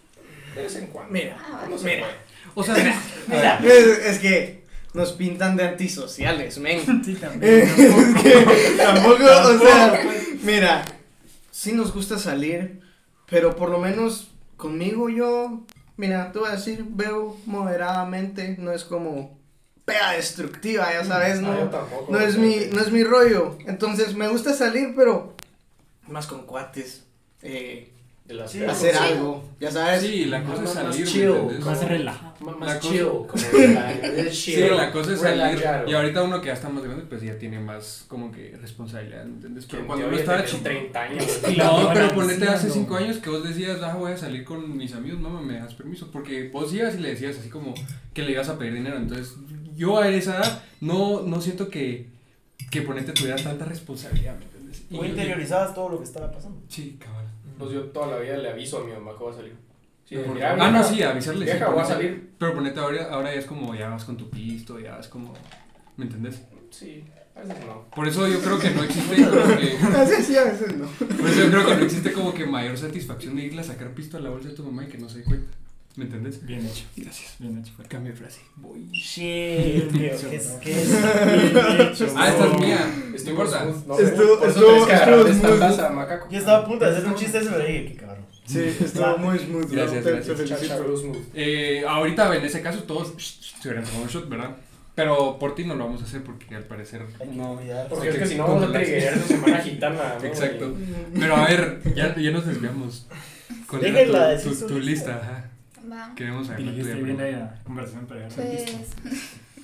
De vez en cuando. Mira, Ah, No se mira. puede. O sea, Mira, es, es que nos pintan de antisociales, men. Sí, también. Es que tampoco, o sea, mira, sí nos gusta salir, pero por lo menos conmigo yo, mira, te voy a decir, veo moderadamente, no es como pega destructiva, ya sabes, Ah, yo no, tampoco. no es mi, no es mi rollo. Entonces me gusta salir, pero más con cuates, eh, De las Sí, feas. hacer chill. algo, ya sabes. sí, la cosa es Más- más salir, ¿me chill, entiendes? Más como- relajado. Más, La más cosa- chill, como la, es Sí, chill. la cosa es salir. Relajado. Y ahorita uno que ya está más grande, pues ya tiene más como que responsabilidad, ¿me entiendes? Pero cuando uno estaba chico. treinta años. Y la No, van pero ponete diciendo. hace cinco años que vos decías, ah, voy a salir con mis amigos, mamá, ¿me das permiso? Porque vos ibas y le decías así como que le ibas a pedir dinero. Entonces, yo a esa edad no, no siento que, que ponete tuvieras tanta responsabilidad, ¿me entiendes? Y o yo- interiorizabas todo lo que estaba pasando. Sí, cabal. Pues yo toda la vida le aviso a mi mamá que voy a salir. Sí, Por- mira, ah, vieja, no, sí, avisarle. sí, Vieja, voy a ponete- salir. Pero ponete ahora, ahora ya es como, ya vas con tu pisto, ya es como, ¿me entendés? Sí, a veces no. Por eso yo creo que no existe como que, A veces sí, a veces no. por eso yo creo que no existe como que mayor satisfacción de irle a sacar pisto a la bolsa de tu mamá y que no se dé cuenta, ¿me entendés? Bien hecho. Gracias. Bien hecho. Fuerte. Cambio de frase. Voy. Shit, ¿qué es? ¿Qué es? ¿Qué es? Ah, esta es mía. No Estuvo importa. smooth, no, Estuvo- por eso estuvo- tenés que agarrar estuvo de esta smooth. taza, macaco. Yo estaba a punto de hacer un chiste ese, pero dije, qué cabrón. Sí, estuvo muy smooth. ¿no? Gracias, Te- gracias. te Cha, cha, felicito. real smooth. Eh, ahorita en ese caso todos se hubieran tomado un shot, ¿verdad? Pero por ti no lo vamos a hacer porque al parecer Hay que no. cuidar. Porque Ok, es que si no vamos a controlarse. triggerar esa semana gitana, ¿no? Exacto. Pero a ver, ya, ya nos desviamos. ¿Cuál era Déjenla tu, decir tu, su tu lista. lista? Ajá. Va. Queremos saber la Dirigiste tuya. bien primero. la conversación para llegar Pues. listo.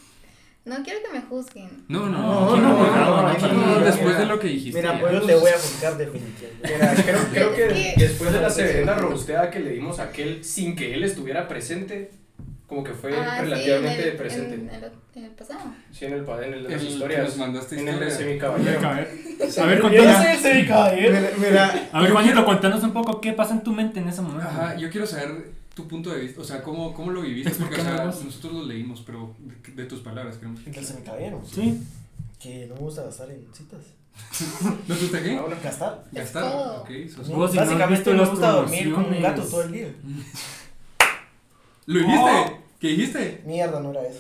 No quiero que me juzguen. No, no, No, no, no, no, no, no, no, aquí no, no, después no. de lo que dijiste. Mira, ya. pues, Yo te voy a juzgar definitivamente. Mira, creo, creo que Es que- después de la severenda robusteada que le dimos a aquel sin que él estuviera presente, como que fue Ah, sí, relativamente en el, presente. En el, en el pasado. Sí, en el padre, en el de las El que historias. nos mandaste En el de historia. semicaballero. A ver, a ver, Yo no contanos. soy el semicaballero. Mira, mira, A ver, Juanito, contanos un poco qué pasa en tu mente en ese momento. Ajá, yo quiero saber tu punto de vista, o sea, cómo, cómo lo viviste, porque o sea, Explícanos. nosotros lo leímos, pero de, de tus palabras, queremos. El semicaballero. Sí. Que no me gusta gastar en citas. ¿No te gusta qué? Ahora, Gastar. Gastar, todo. ok, sos- Vos, si no has Básicamente visto me las gusta dormir como un gato promociones. todo el día. ¿Lo dijiste? Oh. ¿Qué dijiste? Mierda, no era eso.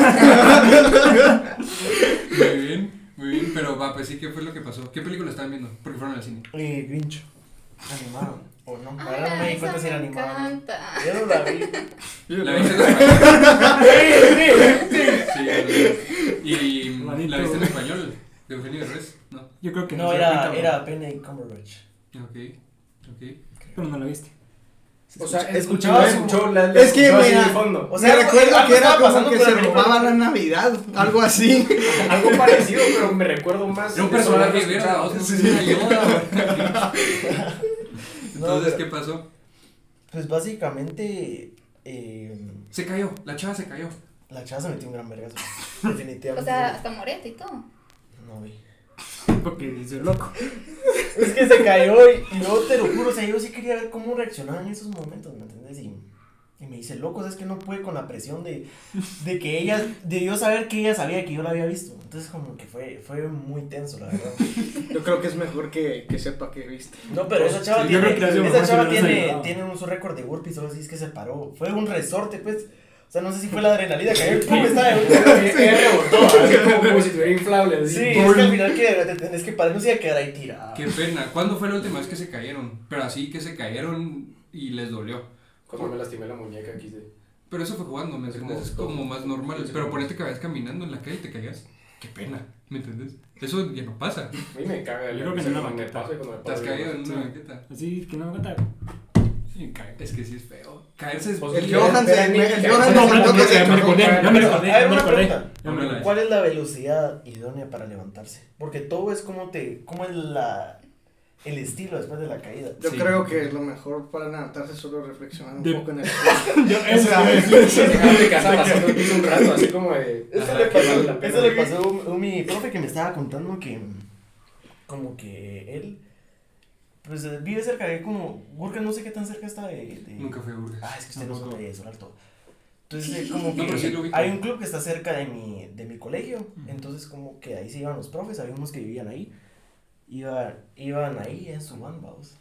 Muy bien, muy bien, pero va, pues sí, ¿qué fue lo que pasó? ¿Qué película estaban viendo? Porque fueron al cine. Eh, Grinch. Animado. O no. La verdad no Ah, me di esa cuenta si era me animado. encanta. Yo no la vi. ¿La viste en español? Sí, la vi. ¿Y Manito. la viste en español? ¿De Eugenio Derbez? No. Yo creo que No, se dio era, cuenta, era Benedict Cumberbatch. Ok, ok. pero no lo viste. o sea, Escuchaba escuchaba, su- escuchó la Es que, escuchó así mira, de fondo. O sea, me recuerdo algo que era estaba como pasando que con se la película. robaba la Navidad, algo así. Algo parecido, pero me recuerdo más. Era un de solo haberlo personaje verga, escuchado. vos no sé si ayuda. No, Entonces, pero- ¿qué pasó? Pues básicamente. Eh, Se cayó, la chava se cayó. la chava se metió un gran vergazo. Definitivamente. O sea, hasta morete y todo. No vi. Porque dice loco. Es que se cayó y, y yo te lo juro, o sea, yo sí quería ver cómo reaccionaba en esos momentos, ¿me entiendes? Y, y me dice, loco, es que no pude con la presión de, de que ella, de yo saber que ella sabía que yo la había visto. Entonces como que fue, fue muy tenso, la verdad. Yo creo que es mejor que, que sepa que viste. No, pero esa chava Sí, yo tiene, creo que ha sido esa mejor chava si lo hubiera tiene, ayudado. tiene un su récord de burpees, solo así es que se paró. Fue un resorte, pues. O sea, no sé si fue la adrenalina que ayer pum, estaba de Ella rebotó, así como, como si estuviera inflable. Así. Sí, es que al final que te tenés que parar, no se iba a quedar ahí tirada. Qué pena. ¿Cuándo fue la última vez que se cayeron? Pero así que se cayeron y les dolió. Cuando me lastimé la muñeca quise. Pero eso fue jugando, ¿me Es entiendes? Es como- como más normal. es Pero como- ponete que vayas caminando en la calle y te caigas. Qué pena, ¿me entiendes? Eso ya no pasa. A mí me caga el Yo creo que en una cuando me banqueta. paso y cuando me Te has paso. caído en Sí. una banqueta. Así que no me cuenta. Sí, cae- es que sí es feo. Caerse es Pues, El Pero- Johan pero se. ni- El que- Johan no, se pero sentó porque que se me chocó. recordé, ya me recordé, A ver, ya me una recordé. pregunta. Ya me recordé. ¿Cuál es la velocidad idónea para levantarse? Porque todo es como te, cómo es la, el estilo después de la caída. Yo Sí. creo que lo mejor para levantarse es solo reflexionar un De- poco en el Yo, O sea, Dejarte casa pasando el piso un rato, así como de. Eso ajá, le que vale pasó, la pena. eso le pasó a un- a mi profe que me estaba contando que como que él pues eh, vive cerca de como Gurka, no sé qué tan cerca está de, de- Nunca fue Burgers. Ah, es que usted no Tampoco. sabe de Solar todo. Entonces eh, como No, que pero sí lo ubico. hay un club que está cerca de mi, de mi colegio, entonces como que ahí se iban los profes, había unos que vivían ahí, iban, iban ahí en su van, vamos.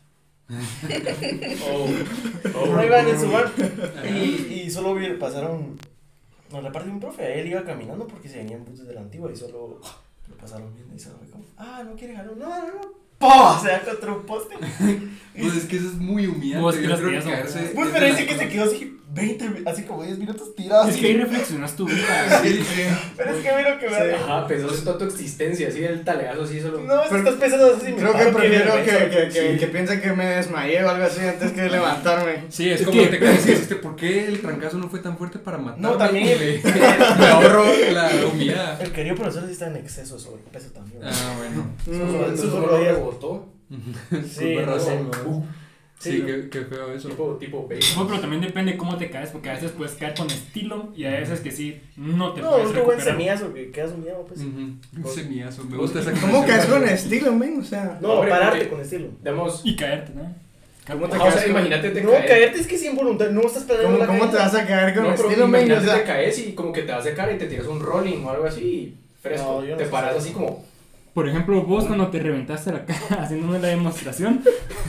Oh, oh. No iban en su van. Y, y solo vi- pasaron. Nos la parte de un profe. Él iba caminando porque se venían buses de la antigua y solo lo pasaron viendo y solo fue como, ah, no quiere jalón. No, no, no. ¡Pah! Se da contra un poste. Pues es que eso es muy humillante. Vos Yo crees creo que que eso- caerse. Pues es pero de dice las que se cosas- quedó así veinte, así como diez minutos tirado. Es Así. que ahí reflexionas tu vida. Sí, sí. Pero es que mira que me Sí. da. Ajá, pensaste toda tu existencia, así el talegazo así solo. No, Pero- estás pensando así. Creo que ah, qué prefiero que, vergüenza. que, que, Sí. que piensen que me desmayé o algo así antes que levantarme. Sí, es, Es como que- te caes y dijiste, ¿por qué el trancazo no fue tan fuerte para matarme? No, también Y el- me, me ahorro la humillada. El querido profesor sí está en exceso de sobrepeso también. Ah, bueno. Mm, Entonces Sus uno rodillas. rebotó. Sí, Por no, razón. no. Sí, Sí. qué, qué feo eso. Tipo, tipo baby. No, pero también depende cómo te caes, porque a veces puedes caer con estilo y a veces que sí, no te No, puedes un buen recuperar. semillazo que quedas humillado, pues. Ujú. Un Vos- semillazo. Me vos- gusta esa ¿Cómo expresión. caes con estilo, men? O sea, No, Hombre, pararte porque- con estilo. Digamos, Y caerte, ¿no? ¿cómo te ajá, o sea, caes con- imagínate te No, caes. caerte es que es involuntario. No estás planeando ¿Cómo, la cómo te caída. vas a caer con No, pero estilo, men? O imagínate te sea, caes y como que te vas a secar y te tiras un rolling o algo así fresco. No, yo no te sé paras hacer así como. Por ejemplo, vos cuando te reventaste la cara haciendo la demostración,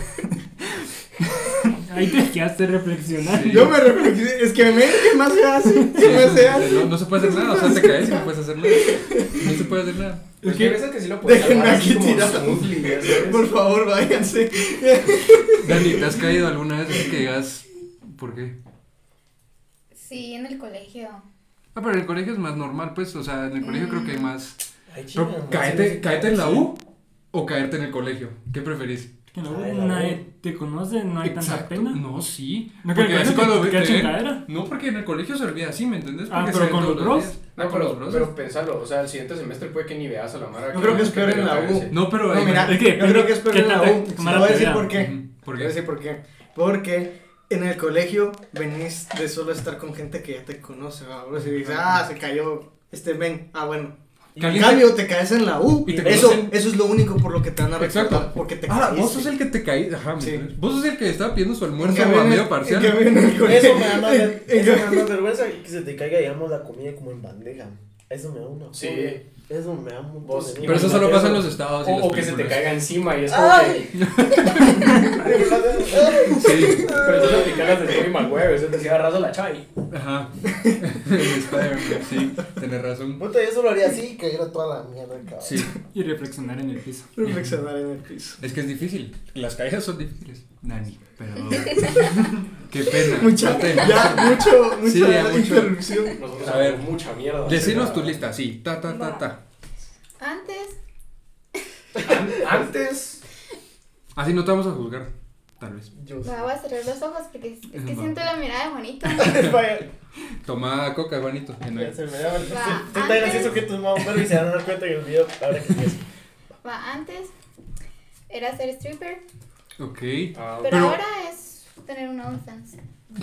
ahí te quedaste a reflexionar. Sí. yo me reflexioné. Es que, men, ¿qué más se hace? ¿Qué más se hace? No, no se puede hacer nada, o sea, te caes y no puedes hacer nada. No se puede hacer nada. Es que- que hay veces que sí lo puedes déjenme salvar así aquí como tirado. smoothly, ya sabes. Por favor, váyanse. Dani, ¿te has caído alguna vez así que digas por qué? Sí, en el colegio. Ah, pero en el colegio es más normal, pues, o sea, en el colegio creo que hay más... Ay, Pero, chinga, ¿caerte, no caerte en la U o caerte en el colegio? ¿Qué preferís? Que no, Ay, la nadie voz. te conoce, no hay tanta pena. No, sí. ¿No Porque crees así que cuando te te queda ven- chingadera? No, porque en el colegio se olvida así, ¿me entendés? Ah, Porque pero se ven con todos los bros. días. No, Ah, con pero, los bros. pero pensalo, o sea, el siguiente semestre puede que ni veas a la Mara. Yo creo que es peor en la U. No, pero... No, ahí- mira, Es que yo depende creo que es peor qué en la tanta U. Te cámara voy a te decir vea. por qué. Ujú, ¿por Te voy a qué? decir por qué. Porque en el colegio venís de solo estar con gente que ya te conoce, ¿va? Bro, si dices, ah, se cayó este men, ah, bueno. Que En alguien cambio, te caes en la U. y te Eso, conocen. eso es lo único por lo que te van a recordar. Exacto. Porque te Ah, caíste. vos sos el que te caí. Ajá, ¿me Sí. entiendes? Vos sos el que estaba pidiendo su En almuerzo cambio, a en el- medio parcial. en cambio, en el colegio- Eso me da más, en- ver- en eso me cambio- da más vergüenza que se te caiga, digamos, la comida como en bandeja. Eso me da una. Sí. fobia. Eso me da un montón Vos- de Pero eso miedo. solo pasa en los estados y O, las o que se te películas. caiga encima y es como ¡Ay! que. Sí. Pero entonces aplicar las de Tobey Maguire, eso te decía agarrazo la chava y. Ajá. En Spider-Man, sí, tenés razón. Puta, yo solo haría así y cayera toda la mierda, cabrón. Sí, Y reflexionar en el piso. Reflexionar en el piso. es que es difícil. Las caídas son difíciles. Dani, perdón. Qué pena. Mucha, No te- ya, mucho, mucha Sí, ya, mucho. interrupción. Nosotros A ver, hacemos mucha mierda. Decinos o sea, tu lista, sí. Ta, ta, ta, ta. Antes, an- Antes. Así no te vamos a juzgar, tal vez. Yo me voy a cerrar los ojos porque es, es que Va. siento la mirada de Juanito. Vaya, Toma coca, Juanito. que no hay- ya se me da. Va, Estoy tan antes- gracioso que tus mamás y se van a dar cuenta en el video. Ahora que empieza. Va, antes era ser stripper, Ok. Ah, pero, Pero- ahora es tener un OnlyFans.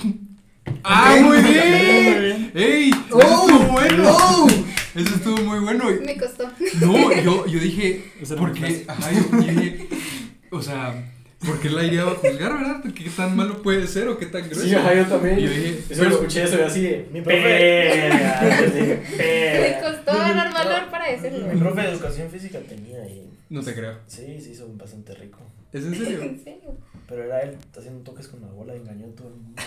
¡Ah, Ok. muy bien! ¡Ey! Eso ¡Oh! estuvo bueno. ¡Oh! Eso estuvo muy bueno. Me costó. No, yo, yo dije, Eso era ¿por muy qué? fácil. Ajá, yo, yo dije, o sea, ¿por qué la iría a juzgar, verdad? ¿Qué tan malo puede ser o qué tan grueso? Sí, ajá, yo también. Y yo dije, Eso lo escuché, eso y así de. Mi profe- "Verga", yo dije, Me "Verga". costó agarrar valor para decirlo. Mi profe de educación física tenía y. No te creo. Sí, se hizo bastante rico. ¿Es en serio? ¿En serio? Pero era él haciendo toques con la bola, engañó a todo el mundo.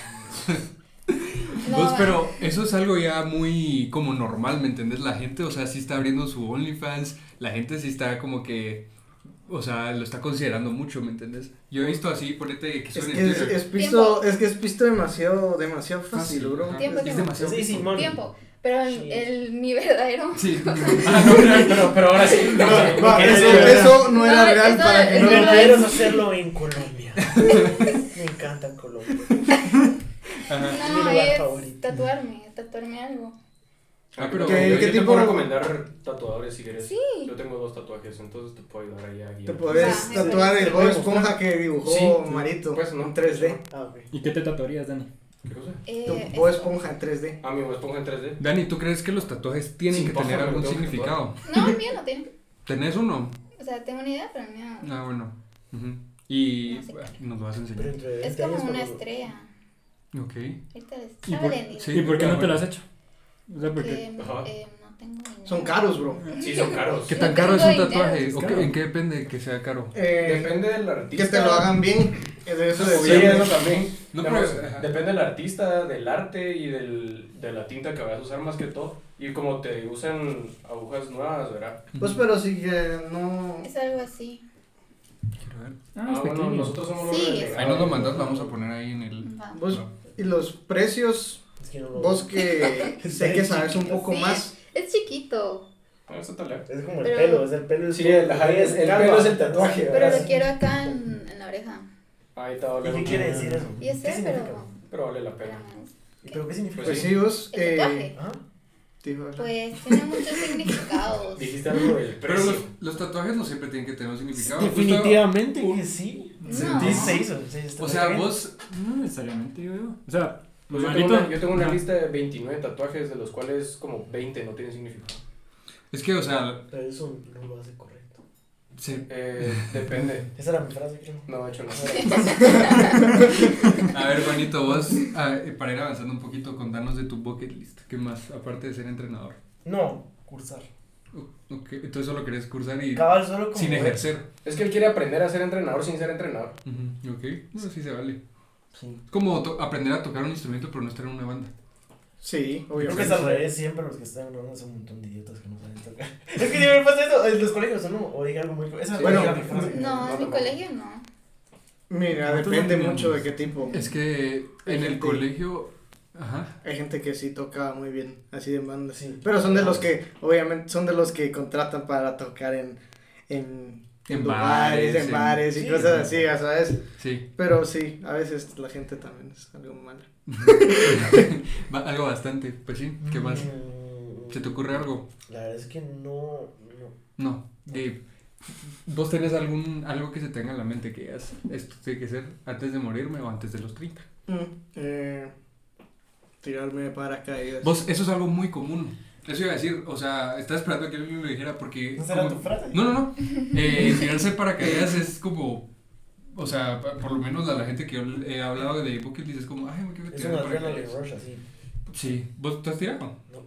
No, Pues, va. pero eso es algo ya muy como normal, ¿me entendés? La gente, o sea, sí está abriendo su OnlyFans, la gente sí está como que, o sea, lo está considerando mucho, ¿me entendés? Yo he visto así, ponete que Es suena que en es, Twitter. es pisto, es que es pisto demasiado, demasiado fácil, Fácil, bro. ajá. Tiempo, Es tiempo. demasiado Sí, sí, mon. Tiempo. Pero el, Sí. el, mi verdadero. Sí. Ah, no, pero, pero, pero ahora sí. No, va, porque eso, era- eso no era No, real eso- para que eso No no es lo verdad. debieron hacerlo en Colombia. Me encanta Colombia. Ajá. mi No, lugar es favorito. tatuarme, tatuarme algo. Ah, pero ¿Qué- yo qué te tipo puedo de- recomendar tatuadores si quieres. Sí. Yo tengo dos tatuajes, entonces te puedo ayudar ahí a guiar. Te puedes Va, tatuar sí, el sí, Bob sí. Esponja que dibujó Sí, sí. Marito Pues, ¿no? en tres D. Ah, ok. ¿Y qué te tatuarías, Dani? ¿Qué cosa? Eh, Tu Bob esto. Esponja en tres D. Ah, mi Bob Esponja en tres D. Dani, ¿tú crees que los tatuajes tienen Sin que paja, tener me lo algún tengo que significado? No, el mío no tiene. ¿Tenés uno? O sea, tengo una idea, pero el mío. Ah, bueno. Ujú. Y No sé. bueno, nos lo vas a Pero enseñar. entre Es veinte como años una cuando- estrella. Ok. Ahorita les ¿Y sabe por, Lenny. sí, ¿y por qué no te bueno. lo has hecho? O sea, porque... Que, Ajá. eh, no tengo dinero. Son caros, bro. Sí, son caros. ¿Qué No tan caro es tengo un tatuaje? dinero. ¿O qué- en qué depende que sea caro? Eh, Depende del artista. que te lo hagan bien. Es de eso de Sí, siempre. eso también. No, Digamos, pero- ajá. depende del artista, del arte y del, de la tinta que vayas a usar más que todo. Y como te usan agujas nuevas, ¿verdad? Pues, pero sí que no. Es algo así. Quiero ver. Ah, Ah, es bueno, pequeño. nosotros somos los Sí, relegados. Ahí nos lo mandas, vamos a poner ahí en el... Va. Vos, No. y los precios, Es que no lo- vos que sé que sabes un poco Sí. más. Es chiquito. Ah, eso está lejos. Es como el Pero- pelo, es el pelo. es Sí, todo- el, ajá, es- el calva. pelo es el tatuaje, Pero ¿verdad? lo quiero acá en, en la oreja. Ahí está, ¿Y vale. qué quiere decir eso? Y sé, ¿Qué significa? pero. Pero vale la pena. ¿Y pero qué significa? Pues sí. sí, vos. ¿El Eh, tatuaje? Ajá. dijo, Pues tiene muchos significados. Dijiste algo del Pero precio. los, los tatuajes no siempre tienen que tener un significado. Definitivamente Justo- que sí. No. Sí, se hizo. Sí, está O sea, bien. vos... No necesariamente, yo digo. O sea, Pues yo, Marito. tengo una, yo tengo una Ajá. lista de veintinueve tatuajes, de los cuales como veinte no tienen significado. Es que, o sea, Pero eso no lo hace correcto. se- Eh, depende. Esa era mi frase, creo. No, de hecho no. a ver, Juanito, vos, a- para ir avanzando un poquito, contanos de tu bucket list. ¿Qué más, aparte de ser entrenador? No, cursar. O- ok, entonces solo querés cursar y Cabal solo como. sin ejercer. Es que él quiere aprender a ser entrenador sin ser entrenador. Ujú, ok, no, sí se vale. Sí. Es como to- aprender a tocar un instrumento pero no estar en una banda. Sí, Creo que obviamente. es al revés, siempre los que están en una son un montón de idiotas que no saben tocar. Es que siempre pasa eso en los colegios, ¿o no? O dije algo muy. Esa Bueno, era mi frase. No, en mi tampoco. colegio no. Mira, Nosotros depende no teníamos. mucho de qué tipo. Es que Hay en el gente- colegio... Ajá. Hay gente que sí toca muy bien, así de banda. Sí. Pero son de los que, obviamente, son de los que contratan para tocar en, en, En lugares, bares, en en- bares y Sí, cosas sí. así, ya ¿sabes? Sí. Pero sí, a veces la gente también es algo mala. Va- algo bastante. Pues sí, ¿qué más? Mm, ¿Se te ocurre algo? La verdad es que no. no. No. Eh, ¿Vos tenés algún, algo que se tenga en la mente que digas, esto tiene que ser antes de morirme o antes de los treinta? Mm, eh, tirarme de paracaídas. Vos, eso es algo muy común. Eso iba a decir, o sea, estaba esperando que alguien lo dijera porque... ¿No será como- tu frase? No, no, no. Eh, tirarse de paracaídas es como... O sea, pa- por lo menos a la gente que yo he hablado de bucket list es como, ay, me quiero Es tirar un de adrenaline paracaídas. rush así. Sí. ¿Vos te has tirado? No.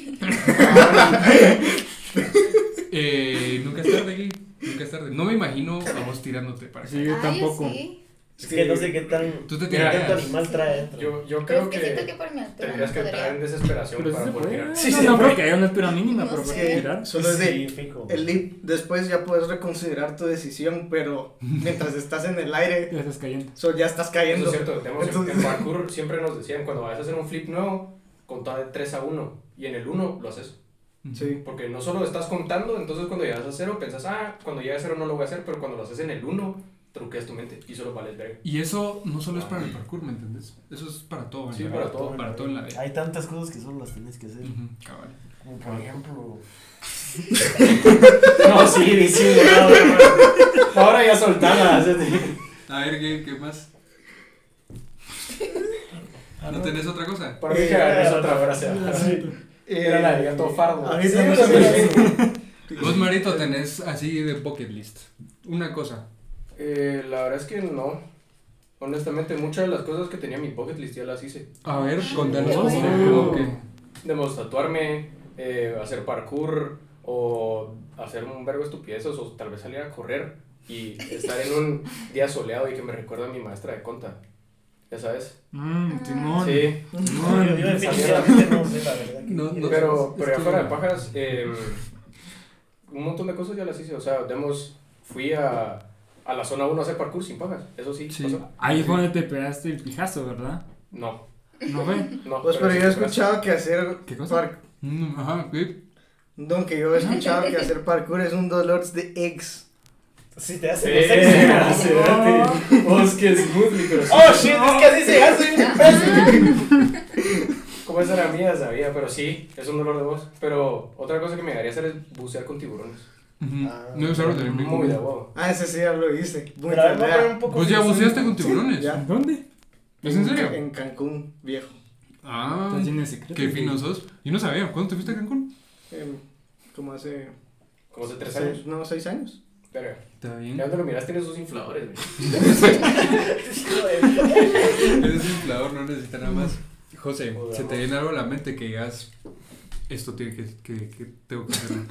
Eh, nunca es tarde, Gui. Nunca es tarde. No me imagino a vos tirándote para Sí, yo Ah, tampoco. yo sí. Es que no sé qué tan. Tú te qué tirarías. tanto animal trae dentro. Yo, yo Pero creo es que, siento que que por mi altura tendrías no que entrar en podría. desesperación Pero sí para se poder puede. tirar. Sí, no, se no puede. creo que haya una altura mínima, No pero sé. puedes tirar. Solo es Sí, de fijo. el leap, después ya puedes reconsiderar tu decisión, pero mientras estás en el aire, Ya estás cayendo. so, ya estás Eso cayendo. es cierto, digamos, en- Entonces- en parkour siempre nos decían, cuando vayas a hacer un flip nuevo, contá de tres a uno, y en el uno lo haces. Sí. Porque no solo estás contando, entonces cuando llegas a cero pensás, ah, cuando llegue a cero no lo voy a hacer, pero cuando lo haces en el uno, truqueas tu mente y solo vales verga. Y eso no solo es para el parkour, ¿me entiendes? Eso es para todo. en Sí, la para vida. todo. Para todo en la vida. Hay tantas cosas que solo las tenés que hacer. Ujú, cabal. Como por ejemplo. No, sí, sí, no, no, no. Ahora ya soltala. A ver, ¿qué, qué más? ¿No tenés otra cosa? Para mí que agarres otra frase. Sí. Era la de gato fardo. A mí Sí, también yo se también. me- Vos, Marito, tenés así de bucket list. Una cosa. Eh, la verdad es que no. Honestamente, muchas de las cosas que tenía en mi bucket list ya las hice. A ver, contanos Qué como, bueno. como que... Debemos tatuarme, eh, hacer parkour o hacer un vergo de estupideces o tal vez salir a correr y estar en un día soleado y que me recuerda a mi maestra de conta. ¿Ya sabes? Mmm, Timón. Sí, No, yo, yo definitivamente no sé la verdad. que- No, no. pero, pero ya Esto- fuera de pajas, eh, un montón de cosas ya las hice. O sea, demos, fui a, a la zona uno a hacer parkour sin pajas. Eso sí, Sí. pasó. Ahí fue donde te pegaste el pijazo, ¿verdad? No, ¿No ve? no. Pues, pero sí yo he fue escuchado que hacer ¿Qué cosa? par- Mm, ajá, ¿qué? Don, que yo he escuchado que hacer parkour es un dolor de ex. Sí, te hace Sí, los sexy. sí, Vos que smoothly, pero sí. Oh shit, es que así se hace, imbécil. Como esa era mía, sabía, pero sí, es un dolor de voz. Pero otra cosa que me daría hacer es bucear con tiburones. Ujú. Ah, No es algo también muy Muy de común. huevo. Ah, ese sí ya lo hice. Muy Pero a ver, voy a poner tarea. un poco ¿Vos ya filosófico. buceaste con tiburones? ya. ¿Dónde? ¿Es en serio? En Cancún, viejo. Ah, Estás lleno de secretos. qué fino sos. Yo no sabía. ¿Cuándo te fuiste a Cancún? Em, como hace Como hace tres seis, años. no, seis años. Verga. Está bien. Ya donde lo miras tiene sus infladores, güey. Eres inflador, no necesita nada más. José, Joder, ¿se te vamos. viene algo a la mente que digas esto tiene que, que, que tengo que hacerlo.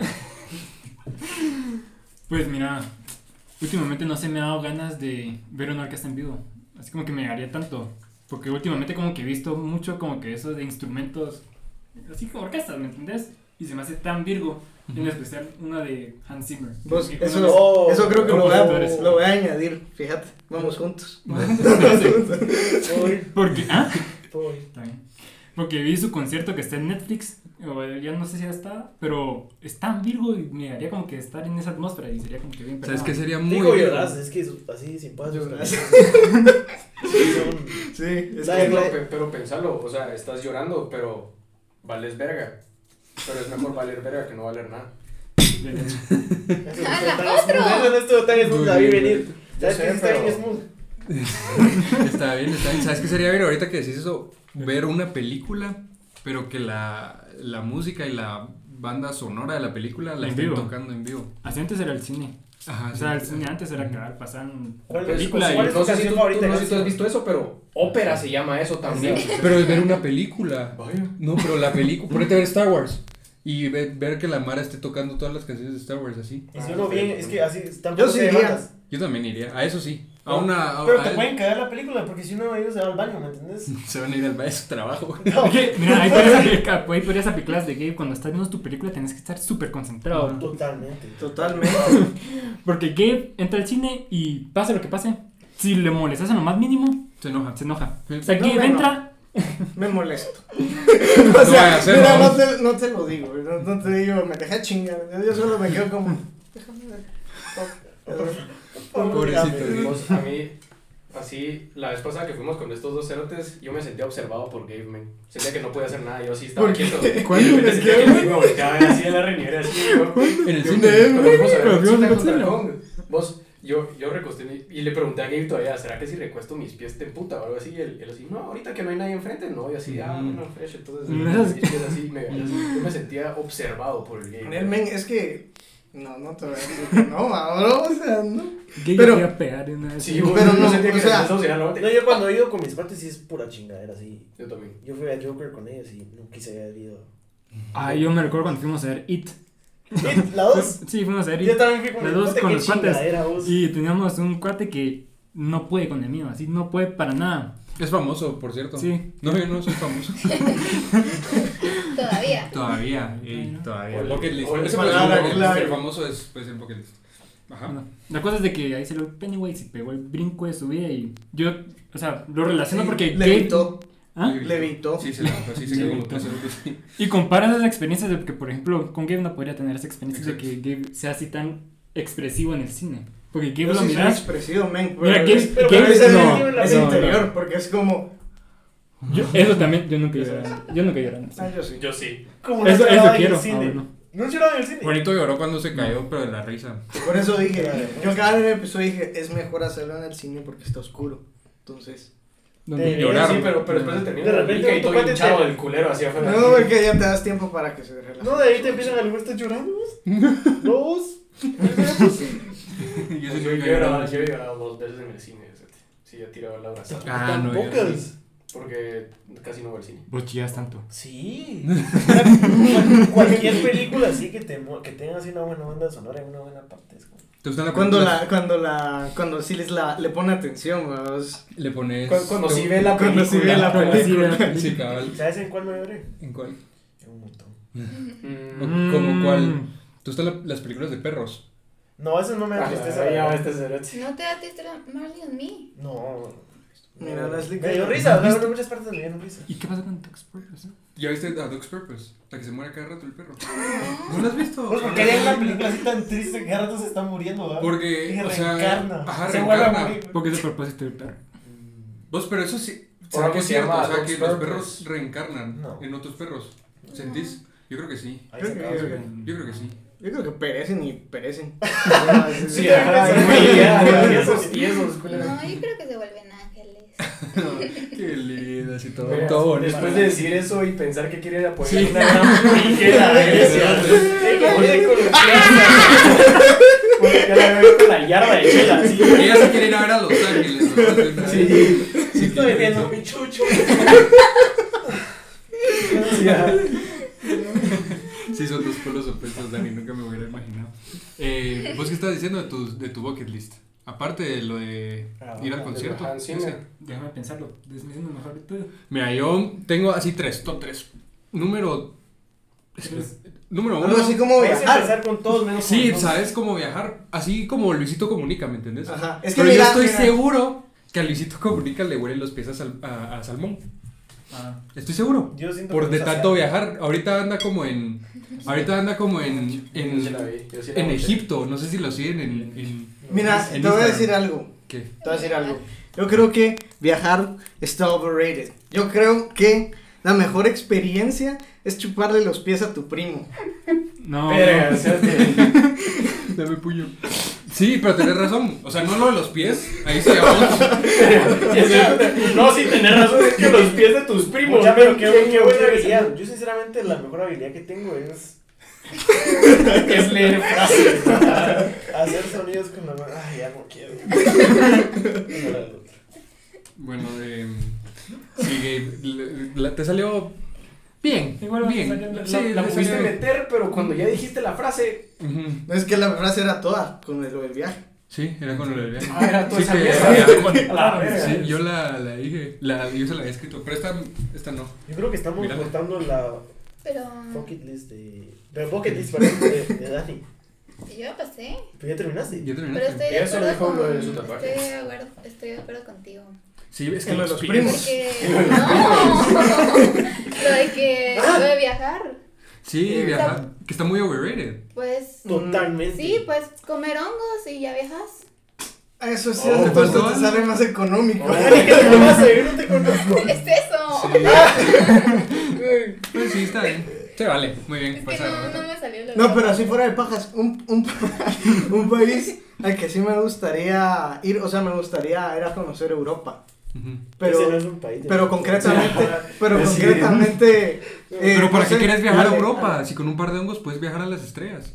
Pues mira, últimamente no se me ha dado ganas de ver una orquesta en vivo. Así como que me haría tanto. Porque últimamente como que he visto mucho como que eso de instrumentos, así como orquestas, ¿me entendés? Y se me hace tan virgo, en especial una de Hans Zimmer. Vos, Que eso, una vez- Oh, eso creo que lo voy, a, compositores. lo voy a añadir, fíjate, vamos juntos. Voy, Porque, ¿ah? voy. Está bien. Porque vi su concierto que está en Netflix, o ya no sé si ya está, pero es tan virgo y me haría como que estar en esa atmósfera y sería como que bien ¿Sabes qué pegado. sería muy Digo bien? lloras, es que su- así sin paz. Lloras. Son- Sí, es La- que Pero, la- pe- pero pensalo, o sea, estás llorando, pero vales verga. Pero es mejor valer verga que no valer nada. Eso no ¡Ah, estuvo tan la otro! smooth, eso no estuvo tan smooth, la vi venir. ¿Sabes sé, qué sí está bien pero- smooth? Está bien, está bien. ¿Sabes qué sería bien ahorita que decís eso? Ver una película, pero que la, la música y la banda sonora de la película la En estén vivo. tocando en vivo. Así antes era el cine. Ajá, O sea, el sí. cine antes era que pasaban ¿Cuál la es- película cuál y... es- No sé si canción tú, favorita tú- no de sé si tú has Hans visto eso, pero ópera se llama eso también. Pero es ver una película. Vaya. No, pero la película. Ponete a ver Star Wars. Y ve- ver que la Mara esté tocando todas las canciones de Star Wars así. Y si uno bien, es que así están Yo sí de iría. bandas. Yo también iría. A eso sí. A No, una. A, Pero a- te pueden cagar la película porque si uno ellos se va al baño, ¿me entiendes? Se van a ir al baile de su trabajo. No, Oye, mira, ahí podrías aplicar, ahí podrías aplicar de Gabe. Cuando estás viendo tu película tenés que estar súper concentrado. totalmente. totalmente. Porque Gabe entra al cine y pase lo que pase, si le molestas en lo más mínimo, Se enoja. se enoja. O sea, No, Gabe no, no. entra... Me molesto. No O vaya a sea, ser, mira, no vamos. te, no te lo digo, no, no te digo, me dejé chingar. Yo solo me quedo como. Déjame ver. Pobrecito, güey. Pues, a mí, así, la vez pasada que fuimos con estos dos cerotes, yo me sentía observado por Gabe, man. Sentía que no podía hacer nada, yo sí estaba ¿Por qué? quieto. ¿Cuál? Y de repente ¿Es sentía que, que me volteaba a ver así de la reñera, así, yo. En el ¿Qué cine. onda, Pero fuimos a ver Pero fuimos Godzilla a contra Godzilla. Kong. Vos, yo, yo recosté mi- y le pregunté a Gabe todavía, ¿será que si recuesto mis pies te emputa o algo así? Y él, él así, no, ahorita que no hay nadie enfrente, no. Y así, ah, Mm. bueno, fresh, entonces, Mm. mis pies así, me, así, yo me sentía observado por el Gabe. El men, es que. No, no te voy a decir que no, bro, o sea, no. Gabe Pero- te iba a pegar de una vez. Sí, vos, Pero yo no, sentía que o sea- eso era lo No, yo cuando he ido con mis partes sí es pura chingadera, así. Yo también. Yo fui a Joker con ellos y no quise haber ido. Ah, yo me recuerdo cuando fuimos a ver It. ¿Y ¿La dos? Sí, fuimos a ver Yo It. también fui con Las mis dos partes, con qué los cuates. chingadera, vos. Y teníamos un cuate que no puede con el mío, así no puede para nada. Es famoso, por cierto. Sí. No, yo no soy famoso. Todavía. Todavía, ey, Bueno. todavía. O el- Bucket list. o el- Ese puede palabra ser bucket list. clave. El famoso es, puede ser bucket list. Ajá. Bueno, la cosa es de que ahí se lo Pennywise y pegó el brinco de su vida y yo, o sea, lo relaciono Sí, porque le Gabe- evitó. ¿Ah? Levitó. Sí, se levantó, sí, se Sí, quedó levitó. como tres segundos. Y comparas esas experiencias de que, por ejemplo, con Gabe no podría tener esa experiencia de que Gabe sea así tan expresivo en el cine. Porque Gabe Yo lo sí soy miras. expresivo, men. Mira, pero Gabe- es- pero Gabe Gabe es, es- no, no, es no, interior, no. porque es como. Yo, eso también, yo nunca lloré. Yo nunca lloré. Ah, yo sí. Yo sí. Como Eso, lloraba eso en el quiero. cine. Ah, bueno. ¿No lloraba en el cine? Juanito lloró cuando se cayó, pero de la risa. Por eso dije, yo cada vez episodio dije, es mejor hacerlo en el cine porque está oscuro. Entonces. ¿Dónde? Eh, Lloraron. Sí, pero, pero después de terminar De la repente pica y un todo tocante hinchado te- del culero hacia afuera. No, porque ya te das tiempo para que se relaje. No, de ahí te empiezan a lugar, ¿estás llorando vos? ¿No vos? Yo Pues sí yo, nunca yo, he lloré. llorado, yo he llorado dos veces en el cine. fíjate. Sí, he tirado la abrazada. Ah, no, yo Pocas. sí. Porque casi no voy al cine. Vos chillas tanto. Sí. Cual- Cualquier película así que, te, mu- que tenga así una buena banda sonora y una buena parte. Es como... ¿Te gusta la Cuando película? la, cuando la, cuando sí les la, le pone atención, vamos. Le pones. Cuando, cuando te- sí ve la Cuando sí película. ve la Cuando sí ve la película. Sí, cabal. ¿Sabes en cuál me lloré? ¿En cuál? En un montón. Mm. ¿Cómo cuál? ¿Te gustan la- las películas de perros? No, eso no me da Ah, tristeza. ya, la verdad. este cerote. ¿No te da tristeza Marley and Me? No. Mira, Leslie, Me dio ¿qué? risa, la verdad, muchas partes me dieron risa. ¿Y qué pasa con Tox Purpose? ¿Ya viste a Dog's Purpose? La que se muere cada rato el perro. ¿No la has visto? Pues porque harían una película así tan triste que cada rato se está muriendo, ¿verdad? Porque, Y o sea, reencarna. ajá, se vuelve a reencarna. morir. Porque es el propósito del perro. Vos, pero eso sí. Por ¿Será algo que es se cierto? llama O sea, Dog's que los Purpose. perros reencarnan No. en otros perros. ¿Sentís? Yo creo que sí. Ahí Creo se que- acaba. creo Yo creo que sí. Yo creo que perecen y perecen. Sí, Sí, ajá, sí, y- sí, y- sí, y esos, sí. y esos, culeros. No, yo creo que se vuelven ángeles. Qué lindo, así todo. Mira, todo bonito. después de decir eso y pensar que quiere ir a apoyar Sí. una gran piquera de esa. Sí, que viene con los Porque ya la veo con la yarda de chela, así. Ella se quiere ir a ver a Los Ángeles. ¿no? De una vez. Sí, Sí, Estoy quiere viendo eso. mi chucho. sí, ajá. Sí, son dos polos opuestos, Dani, nunca me hubiera imaginado. Eh, ¿Vos qué estás diciendo de tu, de tu bucket list? Aparte de lo de Ah, ir al ah, concierto. Hans Zimmer. ese. Déjame pensarlo. Es diciendo mejor que tú. Mira, yo tengo así tres, top tres. Número... es que- Tres. número uno. Algo así como Puedes viajar. empezar con todos menos con Sí, los dos. sabes cómo viajar. Así como Luisito Comunica, ¿me entendés? Ajá. Es que Pero mira, yo estoy mira. seguro que a Luisito Comunica le huelen los pies a, sal- a- a salmón. Ah. Estoy seguro. Yo siento Por que de no se tanto hace. viajar. Ahorita anda como en. Ahorita anda como en. Yo sí la En, vi, yo sí la en noté. Egipto. No sé si lo siguen en. en Mira, en te voy a Instagram. decir algo. ¿Qué? Te voy a decir algo. Yo creo que viajar está overrated. Yo creo que la mejor experiencia es chuparle los pies a tu primo. No. Verga, o sea, que- Dame puño. Sí, pero tenés razón. O sea, no lo de los pies. Ahí sí vamos. o sea, no, sí, tenés razón, es que los pies de tus primos. Mucha, pero qué, ¿quién- qué quién buena quiere habilidad. Yo sinceramente la mejor habilidad que tengo es ser? Es leer frases. hacer sonidos con la mano. Ay, ya no quiero. No era el otro. Bueno, de. Sí, Gabe. le- la- te salió. Bien. Igual bien. salió la- Sí, La, la le pudiste salió- meter, pero cuando ya dijiste la frase. Ujú. No es que la frase era toda con lo del viaje. Sí, era con lo del viaje. Ah, era toda Sí, esa que- mierda. A la verga. Sí, yo la, la dije. La, yo se la había escrito. Pero esta, esta no. Yo creo que estamos Mírala. cortando la Pero bucket list de. Pero bucket list, perdón, de, de Dani. yo ya pasé. ¿Pero ya terminaste? Ya Pero terminaste. estoy de Ella solo acuerdo dijo lo de con. su tatuaje. Estoy de acuerdo, estoy de acuerdo contigo. Sí, es que En lo de los los pies. primos. Porque. No. Lo de que. Lo de viajar. Sí, Eh, viajar. Que está muy overrated. Pues. Totalmente. Sí, pues comer hongos y ya viajas. Eso sí, Oh, hace pues, falta, no. te sale más económico. Dani, ¿qué te pasa? Yo no te conozco. Es eso. Pues sí, está bien. Se vale. Muy bien. Es que Pasa. no, no me salió lo No, pero así fuera de pajas, un, un, un país al que sí me gustaría ir, o sea, me gustaría ir a conocer Europa. Ujú. Pero, Ese no es un país de- pero concretamente, pero Sí. concretamente. eh, Pero no ¿para qué sé, quieres viajar a vale. Europa? Si con un par de hongos puedes viajar a las estrellas.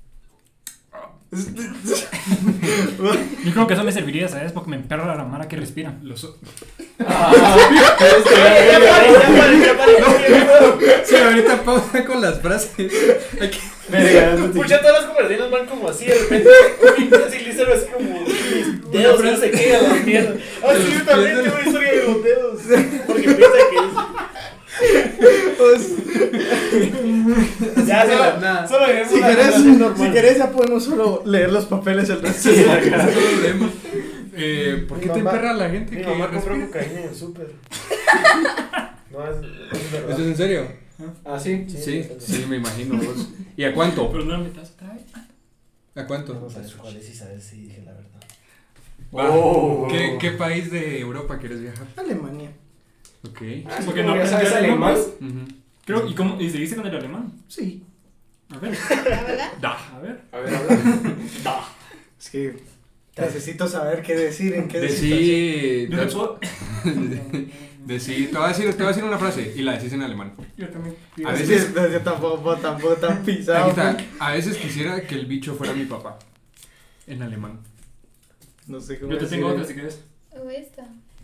Yo creo que eso me serviría, ¿sabes? Porque me emperra la mara que respira. Los... Ah, Ya vale, ya vale, ya vale. Sí, ahorita pausa con las frases. Hay que- Escucha, todas las conversaciones van como así, de repente. Un imbécil dice algo así como. Mis dedos, no se qué, a la mierda. Ah, sí, yo también tengo una historia de los dedos. Porque piensa que Pues, es. Ya, No, solo, nada. solo vivimos si una querés, conversación normal. si querés ya podemos solo leer los papeles el resto. Solo leemos. Eh, ¿Por Mi qué te mamá- emperra la gente Mi que mamá compró respira? cocaína en el súper. No, es, es verdad. ¿Eso es en serio? Ah, sí. Sí, sí, me imagino vos. ¿Y a cuánto? Pero no me metas otra vez. ¿A cuánto? No sabes cuál es y sabes si dije la verdad. Va. Oh. ¿Qué, ¿Qué país de Europa quieres viajar? Alemania. Ok. Ah, sí, Porque como no ya sabes aprendí alemán. alemán. Ujú. Creo, ¿y cómo? ¿Y se dice con el alemán? Sí. A ver. ¿La verdad? Da. A ver. A ver, habla. Es que necesito saber qué decir en qué situación. Decí. Yo te puedo. Decí. Te voy a decir, te voy a decir una frase y la decís en alemán. Yo también. A Sí, veces- sí, yo tampoco, tampoco tan pisado. Aquí está. A veces quisiera que el bicho fuera mi papá. En alemán. No sé cómo Yo te decir. tengo otra si quieres. O esta.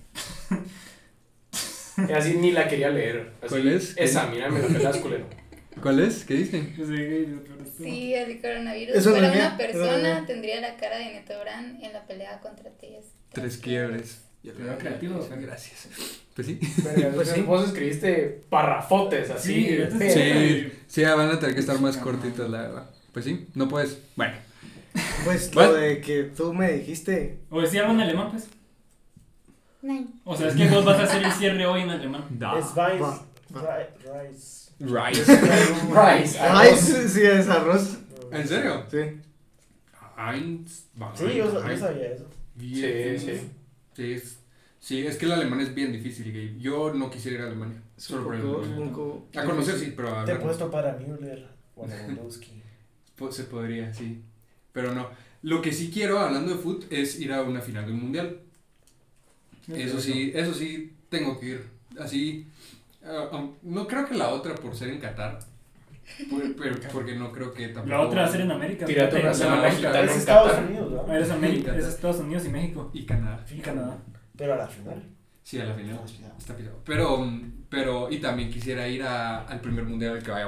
Así ni la quería leer. Así, ¿Cuál es? Esa, mira, me la pelas, culero. ¿Cuál es? ¿Qué dicen? Yo sé que- pero esto- Si el coronavirus Eso no fuera es mía, una eso no es persona, mía. tendría la cara de Neto Brand en la pelea contra ti. Tres quiebres. Pero creativo. Gracias. Pues sí. Pues sí. Vos escribiste parrafotes así. Sí, esto es- Sí, sí, van a tener que estar más cortitas, la verdad. Pues sí, no puedes. Bueno. Pues ¿What? lo de que tú me dijiste. O decía algo en alemán, pues. Nein. O sea, es que vos vas a hacer el cierre hoy en alemán. Da. Es Vice. Va, va. Ri- Rice. Rice. Rice. Ay, sí, sí, es arroz. ¿En serio? Sí. Eins, Sí, yo, sa- yo Eins, sabía eso. bien. Sí, sí. Sí, es, sí, es que el alemán es bien difícil, Gabe. Yo no quisiera ir a Alemania. Es Solo un por el poco- idioma. un poco- A conocer, sí, pero a Te hablar. puedes topar a Müller o a Lewandowski. Po- Se podría, sí. Pero no. Lo que sí quiero, hablando de fútbol, es ir a una final de un mundial. Eso sí, eso sí tengo que ir. Así. ah, ah, no creo que la otra por ser en Qatar. Por- pero porque no creo que tampoco. La otra va a ser en América. Tírate una Fíjate. semana la gitana Es en Estados Qatar. Unidos, Ah, ¿verdad? eres América, es Estados Unidos y México. Y Canadá. Y Canadá. Pero a la final. Sí, a la final. Ah, sí, ya. Está pisado. Pero, mm, pero, y también quisiera ir a, al primer mundial al que vaya Guate.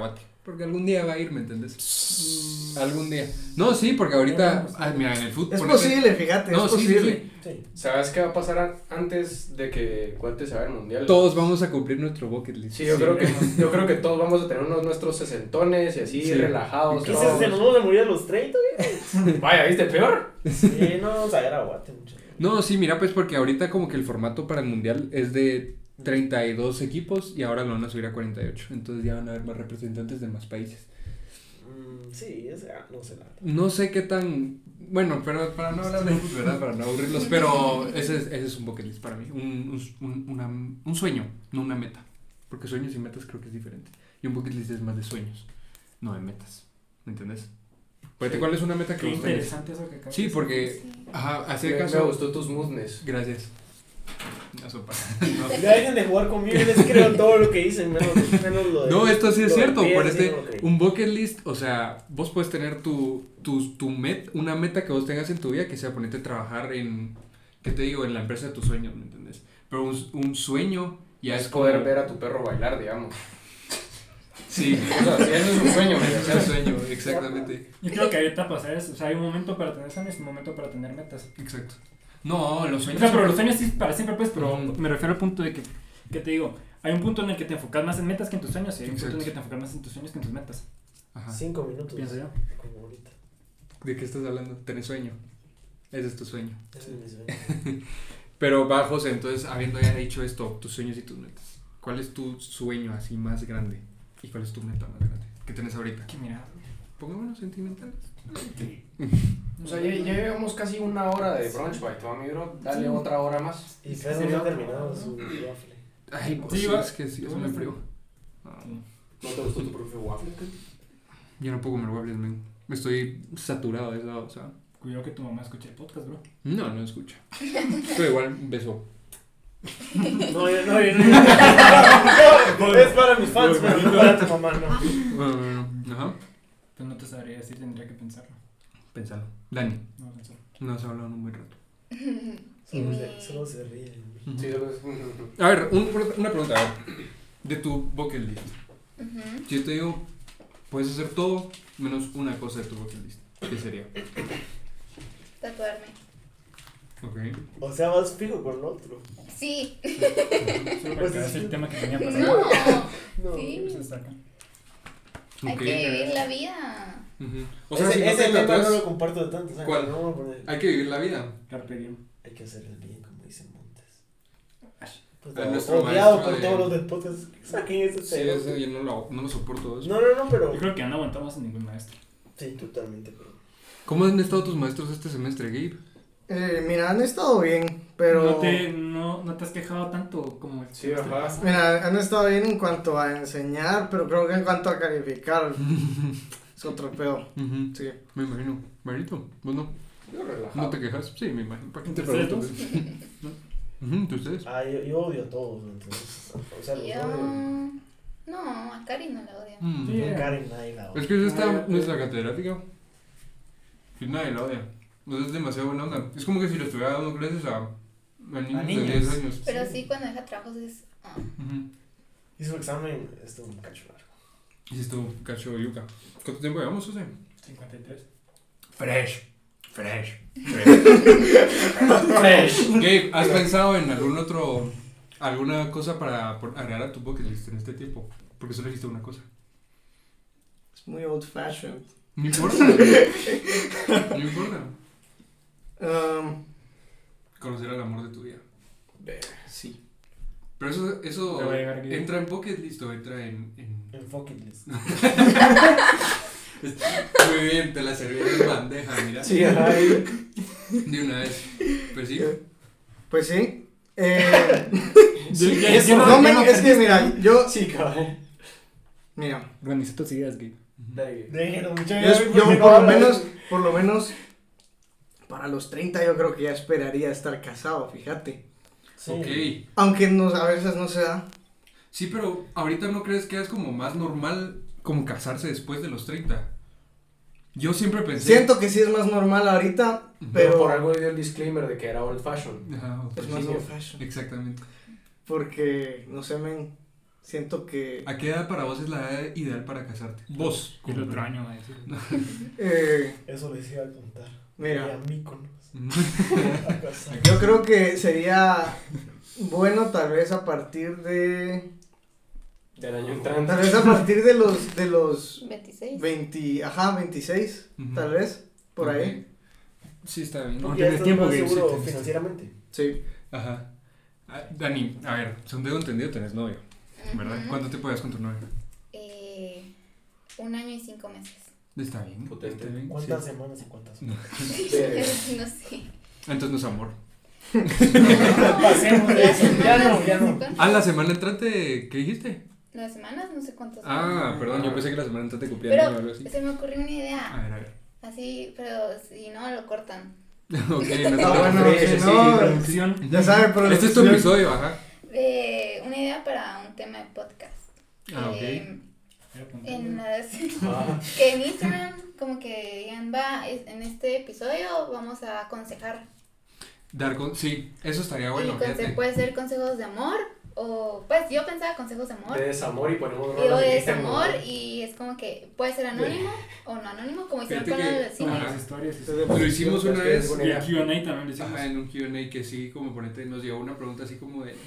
porque algún día va a ir, ¿me entendés? Algún día. No, sí, porque ahorita, ah, mira, en el fútbol. Es ponete- posible, fíjate, No, es sí, sí, posible. sí. Sí. ¿Sabes qué va a pasar an- antes de que Cuate se vaya al mundial? Todos vamos a cumplir nuestro bucket list. Sí, yo, creo que, yo creo que todos vamos a tener unos nuestros sesentones y así, Sí. relajados. ¿Qué todos. se se nos vamos a morir a los treinta, güey? Vaya, ¿viste? Peor. Sí, no vamos a ver aguate mucho. No, sí, mira, pues porque ahorita como que el formato para el mundial es de treinta y dos equipos y ahora lo van a subir a cuarenta y ocho. Entonces ya van a haber más representantes de más países. Mm, sí, o sea, no sé la verdad. No sé qué tan... Bueno, pero para no hablar de fútbol, ¿verdad? Para no aburrirlos, pero ese es, ese es un bucket list para mí. Un, un, una, un sueño, no una meta. Porque sueños y metas creo que es diferente. Y un bucket list es más de sueños, no de metas. ¿Me entiendes? Porque, Sí. ¿cuál es una meta que Qué vos tenés? interesante eso que acabas Sí, de porque... Sí. Ajá, Me, hacer me caso... gustó tu smoothness. Gracias. Una sopa. Ya dejen de jugar conmigo, yo les creo todo lo que dicen, menos, menos lo de. No, esto sí es lo de cierto, pies, por sí, este, no lo creí. un bucket list, o sea, vos puedes tener tu, tu, tu met, una meta que vos tengas en tu vida, que sea ponerte a trabajar en, ¿qué te digo? En la empresa de tus sueños, ¿me entiendes? Pero un, un sueño ya Es es poder como- ver a tu perro bailar, digamos. Sí, O sea, si eso es un sueño, ese es ¿me un sueño, exactamente, Yo creo que hay etapas, ¿sabes? O sea, hay un momento para tener sueños y un momento para tener metas. exacto. No, los O sueños... sea, pero los sueños sí para siempre, pues, pero Ujú. me refiero al punto de que, que te digo, hay un punto en el que te enfocas más en metas que en tus sueños y hay un punto en el Exacto. que te enfocas más en tus sueños que en tus metas. Ajá. Cinco minutos. Pienso yo. Como ahorita. ¿De qué estás hablando? Tenés sueño. Ese es tu sueño. Ese es mi sueño. Pero va, José, entonces, habiendo ya dicho esto, tus sueños y tus metas, ¿cuál es tu sueño así más grande? ¿Y cuál es tu meta más grande? ¿Qué tenés ahorita? Que mira, Pongámonos sentimentales. O sea, ya, ya llevamos casi una hora de brunch bite, ¿no, mi bro? Dale otra hora más. Y Fred no ha terminado su waffle. Ay, pues Sí, sí, va. es que sí, eso Tú me vas a- enfrió. Ah, sí. ¿No te gustó tu propio waffle? ya no puedo comer waffles, man. Me estoy saturado de eso, o sea. Cuidado que tu mamá escuche el podcast, bro. No, no escucha. Pero igual, un beso. No, yo no, yo no. No, es para mis fans, pero no para tu mamá, no. Bueno, bueno, ajá. Pues no te sabría decir, tendría que pensarlo. Pensalo. Dani, No, pensarlo. no has hablado en un buen rato. Solo se, solo se ríe. Sí, solo es... A ver, un- una pregunta, a ver. De tu bucket list. Ujú. Si yo te digo, puedes hacer todo menos una cosa de tu bucket list. ¿Qué sería? Tatuarme. Ok. O sea, vas fijo con el otro. Sí. Solo para Pues que veas es- el tema que tenía para No. No. Sí. Pues está acá. Hay Ok. que vivir la vida. Ujú. O sea, ese si no ese te tema no tatúas, lo comparto de tanto. ¿Sabes? ¿Cuál? No, voy a poner- hay que vivir la vida. Carpe diem. Hay que hacer el bien, como dice Montes. Pues, A no, nuestro odiado maestro por de- todos los del podcast. Saquen ese Sí, tema. eso yo no lo, no lo soporto. Eso. No, no, no, pero. Yo creo que no aguantamos a ningún maestro. Sí, totalmente, pero. ¿Cómo han estado tus maestros este semestre, Gabe? Eh, mira, han estado bien, pero... No te, no, no te has quejado tanto como el Sí, semestre ajá. pasado. Mira, han estado bien en cuanto a enseñar, pero creo que en cuanto a calificar es otro pedo. Ujú. Sí. Me imagino. Marito, ¿vos no? Yo relajado. ¿No te quejas? Sí, me imagino. ¿Para qué te ¿Ustedes pregunto? Ujú, ¿de ustedes? Ah, yo, yo odio a todos, entonces. O sea, los Yo. odio. No, a Cari no la odio. Mm. Sí. Con Karen nadie la odia. Es que esa está Ah, nuestra catedrática. Y nadie la odia. No es demasiado buena onda. Es como que si le estuviera dando clases a, a niños de niños. diez años. Pero sí, cuando deja trabajos es. ah. Ujú. Hizo examen, estuvo un cacho largo. Y esto, cacho yuca. ¿Cuánto tiempo llevamos, José? cincuenta y tres. Fresh. Fresh. Fresh. Fresh. Gabe, ¿has pensado en algún otro, alguna cosa para por- agregar a tu bucket list en este tiempo? Porque solo hiciste una cosa. Es muy old fashioned. No importa. No importa. Um, Conocer al amor de tu vida. sí. Pero eso, eso Le va a llegar Gabe. entra en bucket list o entra en... en... En fucking list. Muy bien, te la serví en bandeja, mira. Sí, ajá. De una vez. Pues sí. Pues sí. Eh, Yo- ya- eso, ya no, ya men, no es que aprendiste. mira, yo, Sí, cabrón. mira, Organiza tus ideas, Gabe. Dale. Déjenlo, yo, muchachos. yo por lo menos, por lo menos, para los treinta yo creo que ya esperaría estar casado, fíjate. Sí. Ok. Aunque no, a veces no se da. Sí, pero ahorita no crees que es como más normal como casarse después de los treinta. Yo siempre pensé... Siento que sí es más normal ahorita, Ujú. Pero pero por algo dio el disclaimer de que era old fashion. Ajá, es pues más sí, old fashion. exactamente. Porque, no sé, men, siento que... ¿A qué edad para vos es la edad ideal para casarte? Vos. El otro año va a decir. Eh, Eso les iba a contar. Mira. Y a Míconos. Ujú. A casar. yo creo que sería bueno tal vez a partir de... Del año entrante. Tal vez a partir de los, de los veintiséis. veinte, ajá, veintiséis, Ujú. tal vez, por ahí. Sí, está bien. No Porque ya tienes estás tiempo más que seguro sí, tienes- financieramente. Sí. Ajá. Ah, Dani, a ver, según tengo entendido, tenés novio, ¿verdad? Ujú. ¿Cuánto tiempo llevas con tu novio? Eh, un año y cinco meses. Está bien. Potente. Está bien. ¿Cuántas sí. semanas y cuántas? No. no sé. Entonces no es amor. Pasemos de eso. Ya no, ya no. Ah, la semana entrante, ¿qué dijiste? Las semanas, no sé cuántas. Ah, son. perdón, yo pensé que la semana entrante cumplía el año o algo Pero así. se me ocurrió una idea. A ver, a ver. Así, pero si no, lo cortan. Ok, no te Ah, bueno, preocupes. si sí, no, Producción. ya sabe, pero... Este es tu episodio, ajá. Eh, una idea para un tema de podcast. Ah, ok. Eh, en las, Ah, que en Instagram, como que digan, va, es- en este episodio vamos a aconsejar. Dar con... Sí, eso estaría bueno, y conse- fíjate. puede ser consejos de amor, o pues yo pensaba consejos de amor. de desamor y ponemos Y o rolas de Cristian desamor, Nodal. y es como que puede ser anónimo o no anónimo, como hicieron Fíjate con que- los vecinos. Ajá. Las historias. y Entonces, eso. Lo hicimos Es una que es vez. buena Y idea. el Q and A también lo hicimos. Ajá, en un Q and A que sí, como ponente, nos llegó una pregunta así como de...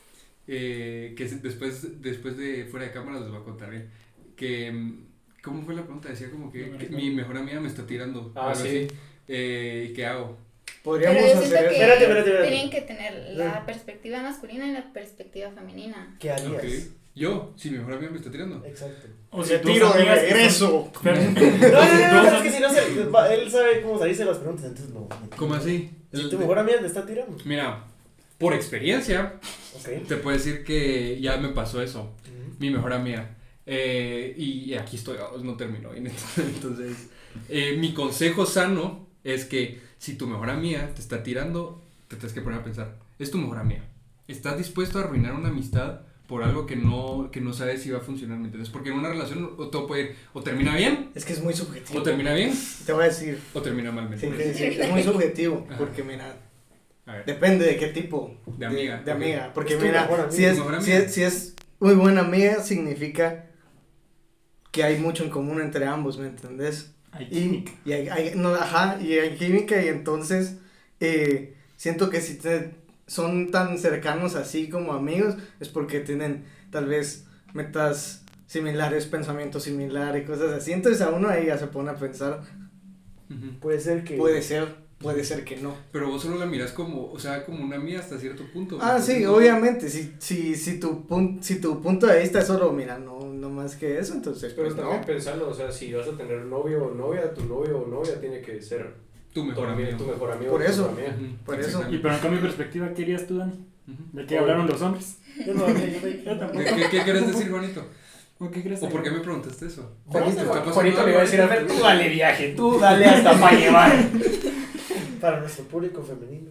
Eh, que se- después, después de fuera de cámara les voy a contar bien. Que... mm, ¿Cómo fue la pregunta? Decía como que, No me que recuerdo. mi mejor amiga me está tirando. Ah, algo sí. así. Eh, ¿y qué hago? Podríamos Pero yo hacer siento eso. que Espérate, espérate, espérate. tienen que tener la perspectiva masculina y la perspectiva femenina. ¿Qué harías? Ok. Yo, si mi mejor amiga me está tirando. Exacto. O Te dos tiro de amigas que son- regreso. Pero- No, no, no, dos es que si no se, va- él sabe cómo salirse las preguntas, entonces no. ¿Cómo así? Si El- tu mejor amiga te está tirando. Mira, por experiencia, Ok. te puedo decir que ya me pasó eso. Ujú. Mi mejor amiga. Eh, y aquí estoy, oh, no terminó bien. Entonces, eh, mi consejo sano es que si tu mejor amiga te está tirando, te tienes que poner a pensar, es tu mejor amiga. ¿Estás dispuesto a arruinar una amistad por algo que no, que no sabes si va a funcionar? ¿Me entiendes? Porque en una relación o todo puede ir, o termina bien, Es que es muy subjetivo. o termina bien, Te voy a decir. o termina mal. ¿me Sí, entiendes? sí, sí, es muy subjetivo. Ajá. Porque mira, A ver. depende de qué tipo De amiga, De, ok. amiga. Porque Es tu mira, mejor amiga. si es, Tu mejor si, amiga. es, si es muy buena amiga, significa que hay mucho en común entre ambos, ¿me entendés? Hay Y, química. y hay, hay- no, ajá, y hay química y entonces eh, siento que si te, son tan cercanos así como amigos es porque tienen tal vez metas similares, pensamientos similares, cosas así. Entonces a uno ahí ya se pone a pensar, Ujú. Puede ser que. puede ser, puede ser que no. Pero vos solo la miras como, o sea, como una amiga hasta cierto punto. Ah, Entonces, sí, no- obviamente, si, si, si, tu pun- si tu punto de vista es solo, mira, no, no más que eso, entonces Pero pues también no. pensando, o sea, si vas a tener novio o novia, tu novio o novia tiene que ser Tu tu, mejor ami- amigo. tu mejor amigo. Por o tu eso. mejor amiga. Ujú, Por eso. Y pero en cambio, perspectiva, ¿qué harías tú, Dani? Ujú. ¿De qué hablaron los hombres? Yo no hablé, yo no- Yo tampoco. ¿Qué, qué, qué quieres decir, Juanito? ¿O qué crees? ¿O por qué me preguntaste eso? Juanito, ¿Te está pasando Juanito le algo? iba a decir, a ver, tú dale viaje, tú dale hasta para llevar. Para nuestro público femenino.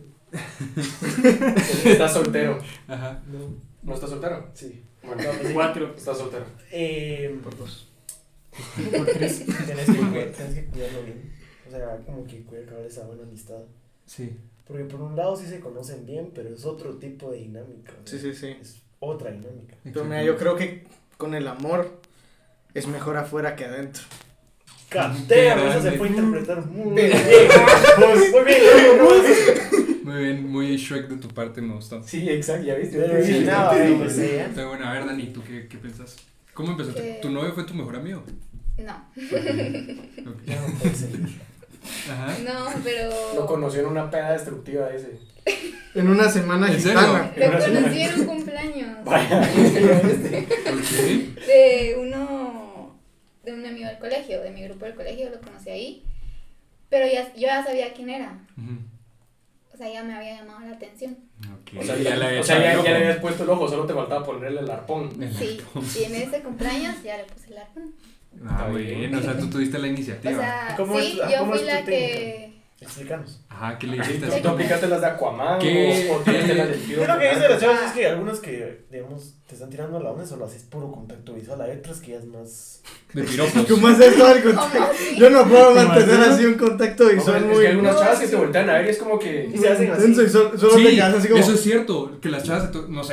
Estás soltero. Ajá. No. ¿No estás soltero? Sí. Bueno, Cuatro. estás soltero. Eh, Por dos. Por tres. Tienes que, cuidar- tienes que cuidarlo bien. O sea, como que cuidar cabal esa buena amistad. Sí. Porque por un lado sí se conocen bien, pero es otro tipo de dinámica. ¿no? Sí, sí, sí. Es otra dinámica. Pero mira, yo creo que con el amor es mejor afuera que adentro. Cantea, Qué eso se grande. puede interpretar muy Pero- bien. Muy bien, no, no, no. Muy bien, muy Shrek de tu parte, me gustó. Sí, exacto, ya viste. Pero Sí, nada, te digo, no sí. sé, ¿eh? Está bueno, a ver, Dani, ¿tú qué, qué piensas? ¿Cómo empezaste? Que- ¿Tu novio fue tu mejor amigo? No, Ok. Ya no puede ser. Ajá. no, pero. Lo conoció en una peda destructiva ese. En una semana ¿En serio? gitana. Lo conocí en un cumpleaños Vaya, ya viste. Ok. de uno, de un amigo del colegio, de mi grupo del colegio, lo conocí ahí. Pero ya, yo ya sabía quién era. Ujú. O sea, ya me había llamado la atención. Ok. O sea, ya le o había sea, ya, echado ya el le ojo. habías puesto el ojo, solo te faltaba ponerle el arpón. Sí, y en ese cumpleaños ya le puse el arpón. Ah, muy bien, o sea, tú tuviste la O iniciativa. sea, ¿Cómo sí, es- ah, yo cómo fui es tu la técnica? que. Explícanos. Ajá, ¿qué le ¿Tú, dijiste? tú Así como- aplicaste las de Aquaman ¿Qué? o, o tiraste las del tío? Yo lo que dice las chavas Ah. es que algunos que, digamos, te están tirando a la onda solo haces puro contacto visual. Hay otras que ya es más. De piropos. ¿Cómo es esto? El ¿Cómo contacto? así? Yo no puedo mantener ¿Demasiado? así un contacto No, visual pero es muy que hay algunas No, chavas sí, que sí. te voltean a ver y es como que. Y se hacen así. intenso y solo, solo Sí, te quedas así como... eso es cierto, que las chavas, se to- no sé,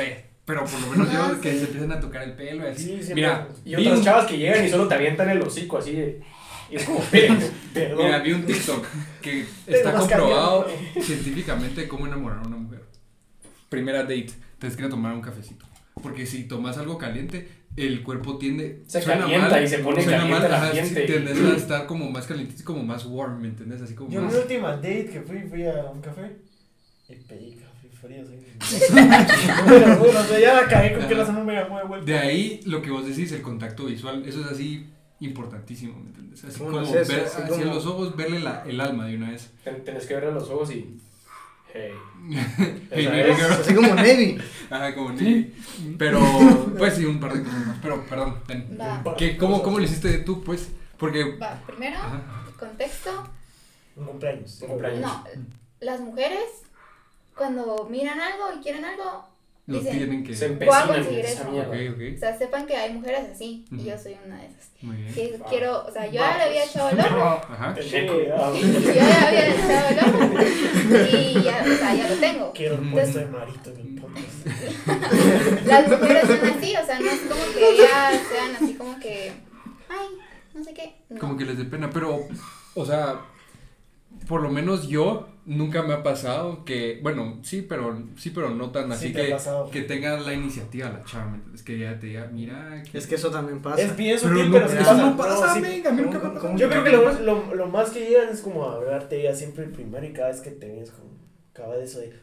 Pero por lo menos Ah, yo, que sí. se empiezan a tocar el pelo y así. Sí, siempre. Mira, Y vi otras un- chavas que llegan y solo te avientan el hocico así de... Y es como, "Pe- perdón. Mira, vi un TikTok que está más comprobado caliente. científicamente cómo enamorar a una mujer. Primera date, te que ir a tomar un cafecito. Porque si tomas algo caliente, el cuerpo tiende... Se suena calienta mal, y se pone suena caliente el ajá, ambiente. sí, tiendes a estar como más caliente y como más warm, ¿me entiendes? Así como Yo en más... mi última date que fui, fui a un café y pedí café frío, sí. Pero bueno, o sea, ya la cagué con que la zona me llamó de vuelta. De ahí lo que vos decís, el contacto visual, eso es así importantísimo, ¿me entiendes? Así ¿Cómo como es eso? ver Así hacia como- los ojos, verle la, el alma de una vez. Ten- Tenés que verle a los ojos y... Hey. Hey, Esa baby es. girl. Así como Navy. Ajá, como ni. Pero, pues sí, un par de cosas más. Pero, perdón, ven. Va, ¿Qué, cómo, ¿Cómo lo hiciste tú, pues? Porque. va. Primero, Ajá. contexto. Un cumpleaños. Un cumpleaños. No, las mujeres, cuando miran algo y quieren algo, Lo dicen, tienen que. Se voy a empecinan conseguir en esa eso. mierda. Ok, o ok. sea, sepan que hay mujeres así, Ujú. y yo soy una de esas. Muy bien. Que Va. quiero, o sea, yo ya le había echado el ojo, Ajá. Ten cuidado. yo ya había echado el ojo, y ya, o sea, ya lo tengo. Quiero el Ujú. puesto de marito en el podcast. Las mujeres son así, o sea, no es como que ellas sean así como que, ay, no sé qué. No. Como que les dé pena, pero. O sea. Por lo menos yo nunca me ha pasado que, bueno, sí, pero sí, pero no tan Sí así te ha que, pasado. que tenga la iniciativa la chava, ¿me entiendes? Que ella te diga, mira, que- Es que eso también pasa. Es bien Pero sutil, no, pero sí eso pasa. no pasa, sí. venga, a mí nunca me ¿Cómo- pasa. cómo- Yo creo que lo, lo, lo más que llegan es como a hablarte ella siempre primero y cada vez que te ven es como, acaba de eso de...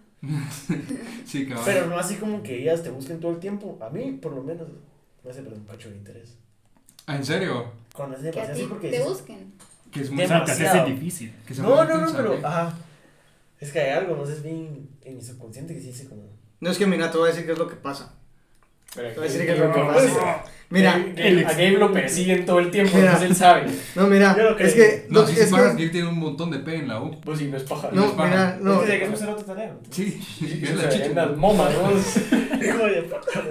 Sí, cabrón. Pero no así como que ellas te busquen todo el tiempo. A mí, por lo menos, me hace perder un cacho de interés. Ah, ¿en serio? Cuando es Que a demasiado ti así porque... te dices, busquen. Que es muy O sea, te hace Demasiado. difícil. que sea No, muy no, no, intensa, pero... ¿eh? Ajá. Es que hay algo, no sé, es bien en mi subconsciente que sí dice como... No, es que mira, te voy a decir qué es lo que pasa. Pero Te voy a decir ¿qué qué es es lo que pasa? pasa. Mira, Gabe- a Gabe lo persiguen todo el tiempo, Mira. entonces él sabe. no, mira, Yo lo que- es que... No, lo- sí, es sí pasa, que que él tiene un montón de P en la U. Pues sí, no es paja. no, es paja. mira, No, no. es que hay que hacer otra tarea. Sí, Sí, es se la ven chicha. las momas, ¿no? Hijo de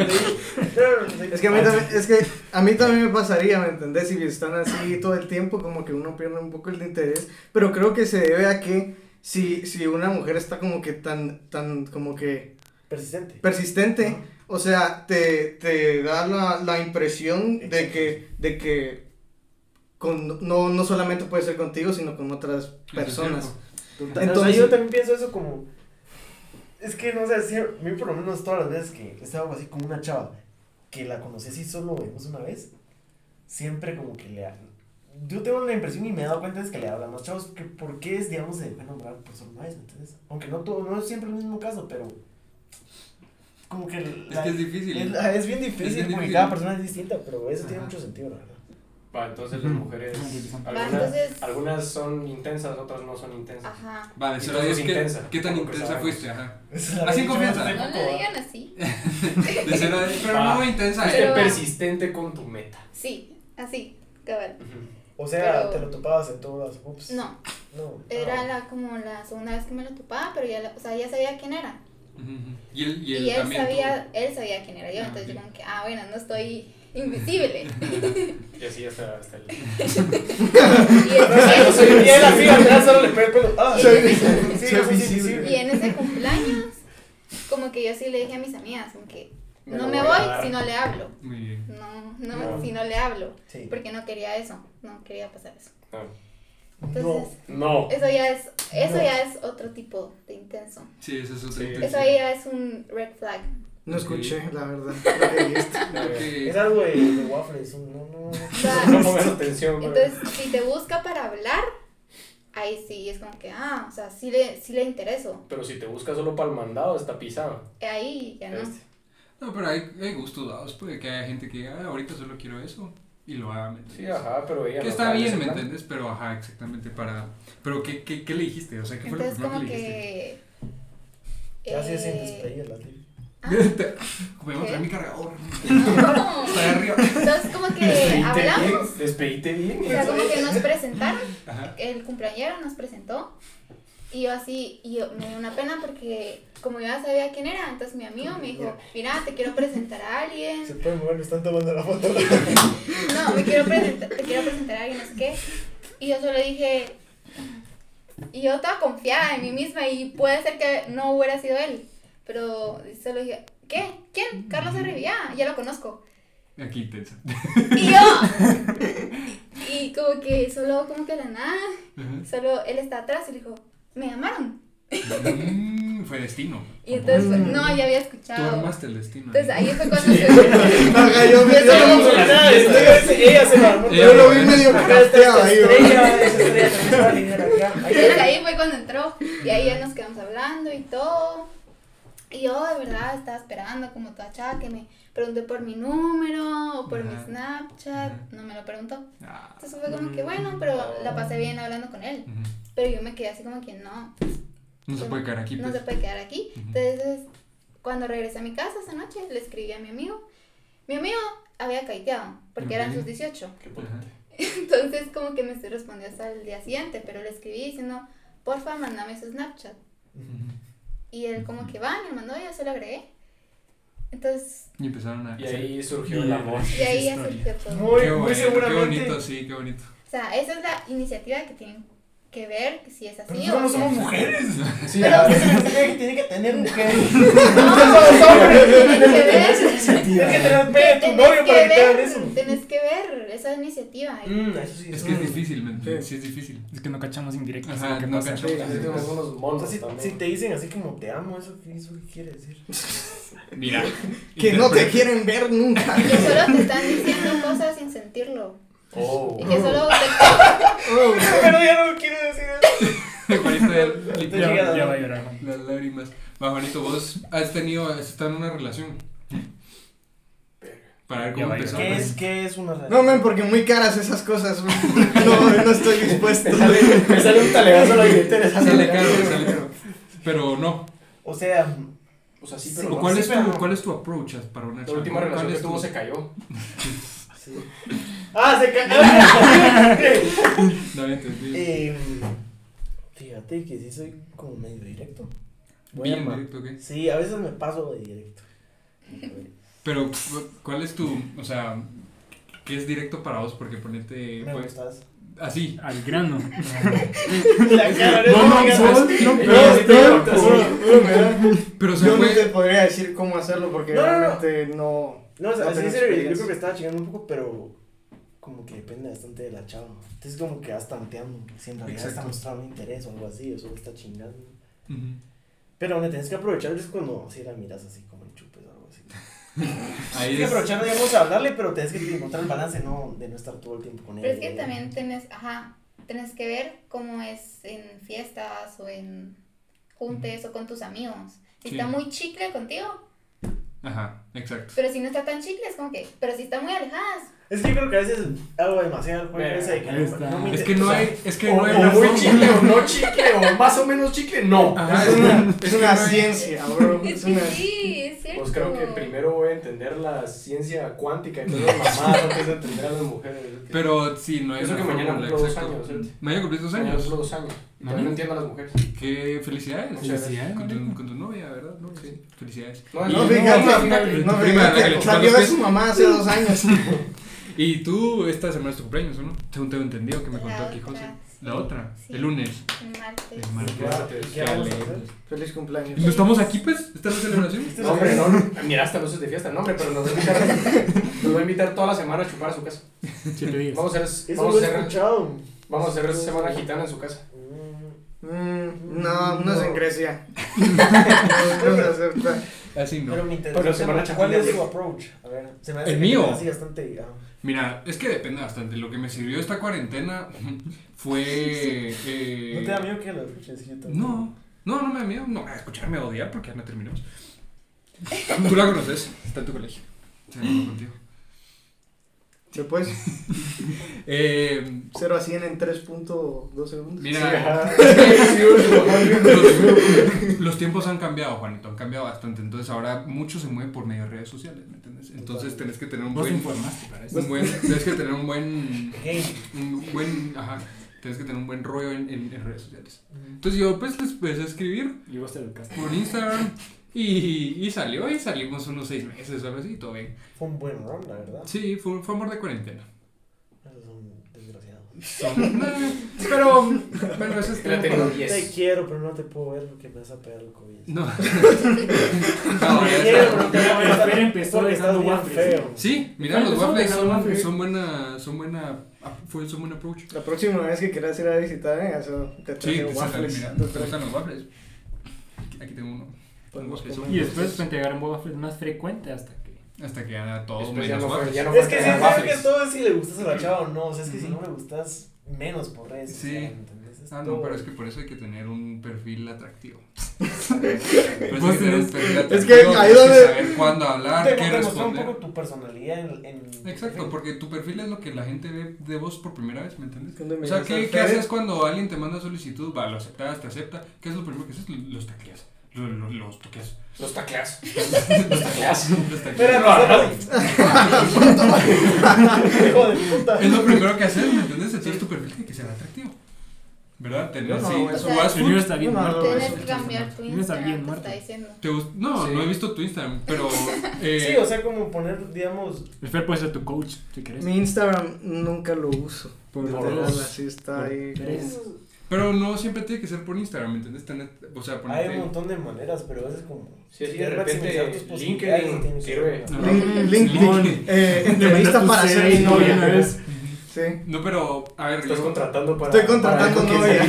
puta. Es que, a mí también, es que a mí también me pasaría, ¿me entendés? Si están así todo el tiempo, como que uno pierde un poco el interés. Pero creo que se debe a que si, si una mujer está como que tan, tan, como que Persistente. persistente, Ajá. o sea, te, te da la, la impresión de que, de que con, no, no solamente puede ser contigo, sino con otras personas. Entonces, Entonces- yo también pienso eso como... Es que, no sé, sí, a mí por lo menos todas las veces que estaba así como una chava, que la conocí así solo vemos una vez, siempre como que le... ha- Yo tengo la impresión y me he dado cuenta es que le hablan a los chavos, que por qué es, digamos, se debe nombrar por solo una vez, ¿me entiendes? Aunque no todo, no es siempre el mismo caso, pero... Como que... Es la- que es difícil. es, la- es bien difícil Es bien porque difícil. cada persona es distinta, pero eso tiene Ajá. mucho sentido, la verdad. Va, entonces las mujeres, Va, algunas, entonces- algunas son intensas, otras no son intensas. Ajá. Va, de Y cero tú a diez, sos ¿qué, intensa, ¿qué tan como que intensa sabemos. fuiste? Ajá. Eso la Así había dicho confianza. hace No poco, le ¿va? digan así. De cero a diez, pero Va. no intensa. Fuiste ¿eh? Pero- persistente con tu meta. Sí, así, cabal. Ujú. O sea, Pero- te lo topabas en todas. Ups. No, No. era Ah. la, como la segunda vez que me lo topaba, pero ya, la- o sea, ya sabía quién era. Ujú, ujú. Y él, y él, Y él también. sabía, él sabía quién era yo, Ah, entonces ok. yo como que, ah, bueno, no estoy invisible. Y así hasta, hasta el... Y es No soy Y él así atrás solo le pega el pelo. Ah, Y soy en ese- visible. Sí, soy sí, sí, visible. sí. Y en ese cumpleaños, como que yo sí le dije a mis amigas, como que Me no lo me voy a voy dar. si no le hablo. Muy bien. No, no, No. si no le hablo. Sí. Porque no quería eso, no quería pasar eso. No. Entonces, No. eso ya es, eso No. ya es otro tipo de intenso. Sí, eso es otra Sí. intensidad. Eso ya es un red flag. No Ok. escuché, la verdad. lo que dijiste. Ok. Es algo de, de waffles. un- No, no. O sea, No pongas atención, bro. entonces, si te busca para hablar, ahí sí es como que, ah, o sea, sí le, sí le intereso. Pero si te buscas solo para el mandado, está pisado. Ahí ya no. Este. No, pero hay, hay gustos dados. Puede que haya gente que diga, ah, ahorita solo quiero eso. Y lo haga, ¿me Sí, entiendes? ajá, pero ella Que no está está en bien, ese ¿me plan. entiendes? Pero ajá, exactamente para... Pero ¿qué, qué, qué le dijiste? O sea, ¿qué fue lo Entonces, primero como que le dijiste? que. ¿Qué haces en eh, despedidas, la típica? ah, Voy a traer mi cargador. no. Está ahí arriba. Entonces, como que Despedite hablamos. bien, despedite bien. O sea, como que nos presentaron. Ajá. El cumpleañero nos presentó. Y yo así, y yo, me dio una pena porque como yo ya sabía quién era, entonces mi amigo me dijo, mira, te quiero presentar a alguien. Se pueden mover, me están tomando la foto. No, me quiero presentar, te quiero presentar a alguien, no sé qué. Y yo solo dije, y yo estaba confiada en mí misma y puede ser que no hubiera sido él. Pero solo dije, ¿qué? ¿Quién? Carlos Arribia, ya lo conozco. Aquí tensa. Y yo, y, y como que solo, como que de la nada, Ajá. solo él está atrás y le dijo, me llamaron. Mm, fue destino. Y entonces, fue- Mm. no, ya había Tú escuchado. armaste el destino. Entonces ahí fue cuando se... Ajá, yo me- Yo yo solo- lo- Nada, estoy- ella se lo armó. Ella yo lo vi bueno. medio Acá está casteado esta ahí, güey. estrella, esa estrella también se va a alinear acá. Entonces ahí fue cuando entró y ahí ya nos quedamos hablando y todo. Y yo de verdad estaba esperando como toda chava que me preguntó por mi número o por mi Ajá. Snapchat. Ajá. No me lo preguntó. Ah, Entonces fue como que bueno, pero la pasé bien hablando con él. ujú. Pero yo me quedé así como que no, No se puede quedar aquí. no Pues. se puede quedar aquí. Ujú. Entonces cuando regresé a mi casa esa noche le escribí a mi amigo. Mi amigo había caiteado porque eran Ok. sus dieciocho. Qué potente. Entonces como que me estoy respondiendo hasta el día siguiente, pero le escribí diciendo, porfa, mandame su Snapchat. Ujú. Y él como que va, me lo mandó, yo se lo agregué. Entonces, Y empezaron a. Y ahí surgió el amor. y ahí ya Historia. surgió todo. Muy, Qué muy bueno, seguramente. Qué bonito, sí, qué bonito. O sea, esa es la iniciativa que tienen que ver, que si es así Pero o nosotros no si somos es- mujeres. Sí, Pero- ajá. Esa iniciativa que tiene que tener mujeres. No, somos hombres. tienen que ver, Tienes que tener pegue a tu tenés novio que para que te hagan ver, eso. tenés que ver esa iniciativa. Mm, eso sí. Es que es mm. difícil, ¿me entiendes? Sí. Sí, es difícil. Es que no cachamos indirectos. Ajá, lo que no pasa. cachamos. Sí, sí, tenemos unos O monos sea, si, también. si te dicen así como te amo, ¿eso qué, eso qué quiere decir? Mira. Que no te interpreta- quieren ver nunca. Y que solo te están diciendo cosas sin sentirlo. Oh. Y que solo te... Oh, Pero ya no quiere decir eso. Juanito, ya Te limpió llega- Ya, ya va a llorar, Juan. las lágrimas. Va, Juanito, vos has tenido, has estado en una relación. Para ver Ya cómo va a empezó. ¿Qué pues. es, qué es una relación? no, men, porque muy caras esas cosas. No, no estoy dispuesto. Me sale, me sale un talegazo a la billetera. Sale caro, sale caro. Pero no. O sea, O sea, sí, Sí, pero ¿O no. ¿Cuál, sí, es pero tu, no. ¿Cuál es tu approach para una La chava? última ¿Cuál relación es que tuvo tu- se cayó. sí. Ah, se cayó. No había entendido. eh, fíjate que sí soy como medio directo. Voy a Bien ma- directo, ¿ok? Sí, a veces me paso de directo. Pero, ¿cuál es tu, o sea, qué es directo para vos? Porque ponete, Me pues, gustas. así. Al grano. La cara de No, no, Mónica, vos pues, no eh, puedes, eh, no, no, me da- Pero, o sea, Yo no te fue, podría decir cómo hacerlo porque No, no, no. realmente no. No, o sea, no así en tengo serio, yo experiencia. creo que estaba chingando un poco, pero como que depende bastante de la chava. Entonces como que vas tanteando si en realidad está Exacto. mostrando interés o algo así, o solo está chingando. Ujú. Pero donde tienes que aprovechar es cuando si la miras así como en chupes o algo así. Ahí Tienes que es, aprovechar, digamos, a hablarle, pero tienes que encontrar el balance, no de no estar todo el tiempo con ella. Pero es que también tenés, ajá, tenés que ver cómo es en fiestas o en juntes o con tus amigos. Si Sí. está muy chicle contigo, ajá, exacto. pero si no está tan chicle es como que, pero si está muy alejadas. Es que yo creo que a veces hago demasiado el juego Mira, ese de que ahí no, está. no me Es inter- que no o sea, hay, es que O, no hay o una muy forma. chicle o no chicle o más o menos chicle, no. Ajá, Es una, es es que una no hay- ciencia, bro. Es una. Sí, es cierto. Pues creo que primero voy a entender la ciencia cuántica y todas las mamadas antes de entender a las mujeres. Pero sí, no hay Eso una que mañana fórmula, cumplo dos exacto. años, ¿cierto? Mañana cumplís dos Mañana años. cumplo dos años. Y todavía no entiendo a las mujeres. Qué felicidades. Muchas Felicidades, Con tu, marico. con tu novia, ¿verdad? No, sí, felicidades. No, Y- No, no, fíjate, no, no, fíjate. no, Tu prima, la que le fíjate, chupa salió los de pies. su mamá hace dos años. Y tú, esta semana es tu cumpleaños, ¿o no? Según tengo entendido que me La contó aquí otra, José. sí. La otra, Sí. el lunes. El martes. El martes. ¿Y qué Qué vamos a alegre. hacer? Feliz cumpleaños. ¿Y no estamos aquí, pues? ¿Esta es la celebración? No, hombre, no, no. Mira, hasta luces de fiesta, no, hombre, pero nos va a invitar, nos va a invitar toda la semana a chupar a su casa. Siete días. Vamos a hacer, Eso vamos lo a he hacer, escuchado. vamos a hacer semana gitana en su casa. Mm, Mm, no, no es en Grecia. No, no se acepta. Así no. Pero me Pero interesa. se van a ¿Cuál es chapulear. su approach? A ver, se me hace ¿El que mío? tiene así bastante. ah. Mira, es que depende bastante. Lo que me sirvió esta cuarentena fue. eh, ¿No te da miedo que lo escuches? Yo también. No, no, no me da miedo. No, a escucharme a odiar porque ya no terminamos. Tú la conoces, está en tu colegio. Se enamoró contigo. Después, Eh, cero a cien en tres punto dos segundos. mira, Sí, ajá. los, los tiempos han cambiado, Juanito, han cambiado bastante. Entonces ahora mucho se mueve por medio de redes sociales, ¿me entiendes? Entonces tenés que tener un Vos te buen, informaste para eso. un buen, tienes que tener un buen, Game. un buen, ajá, tienes que tener un buen rollo en, en, en redes sociales. Entonces yo pues les empecé a escribir Y vos te educaste. por Instagram y, y salió y salimos unos seis meses o algo así, todo bien. Fue un buen run, la verdad. Sí, fue, fue amor de cuarentena. Esos son desgraciados. Son, pero, bueno, eso es La tema tengo para- diez. Te quiero, pero no te puedo ver porque me vas a pegar el COVID. No. No, Te ya quiero, está. pero no te puedo La ver Fer empezó porque dejando estás bien waffles. feo. Sí, mira, Bueno, los son waffles buenas, son, waffles. son buena, son buena, fue son buen approach. La próxima vez que quieras ir a visitar, eh, eso te Sí, traje te sacan, waffles. mira, Te ¿te traje- gustan los waffles? Aquí- Aquí tengo uno. Podemos Waffles. comer. Y después pues, entregar un waffles más frecuente hasta que. Hasta que haga todo Después ya menos no fue- waffles. ya no Es que Entregar siento yo waffles. que todo es si le gustas a la chava o no. O sea, es que si no le gustas, menos por redes. Sí. sociales, ¿entendés? Es Ah, todo. no, pero es que por eso hay que tener un perfil atractivo. Vos Por eso hay que tener un tenés- perfil es atractivo. que ahí tienes donde- saber cuándo hablar, Te qué demostrar un responder. poco tu personalidad en. en Exacto, porque tu perfil es lo que la gente ve de vos por primera vez, ¿me entiendes? Cuando O miras sea, al ¿qué, ¿qué Fede, haces cuando alguien te manda solicitud? Va, lo aceptas, te acepta. ¿Qué es lo primero que haces? Los tacleas. Los, los, los toqueas. Los tacleas. Los tacleas. Los tacleas. Espera, hijo de puta. Es lo primero que haces, ¿me entiendes? Entonces tu perfil tiene que ser atractivo. ¿Verdad? Tener, No, sí, eso- subas El mío food. está bien No, no, muerto. no, Tienes eso- que cambiar tu El mío está bien Instagram, te muerto. está diciendo. ¿Te gust- No, Sí. no he visto tu Instagram, pero... Eh, Sí, o sea, como poner, digamos. El Fer puede ser tu coach, si querés. Mi Instagram nunca lo uso. Por Por literal, dos. así está Por ahí. tres. pero no siempre tiene que ser por Instagram, ¿me entiendes? Tener, o sea, Hay un ponerte... montón de maneras, pero a veces como. Sí, es que quieres de maximizar repente tus posibilidades, LinkedIn tienes que sirve. ser- No. Link- Simón. LinkedIn, eh, entrevista para ser mi una novia. vez. Sí. No, pero, a ver, Estás yo- contratando para. Estoy contratando para novia.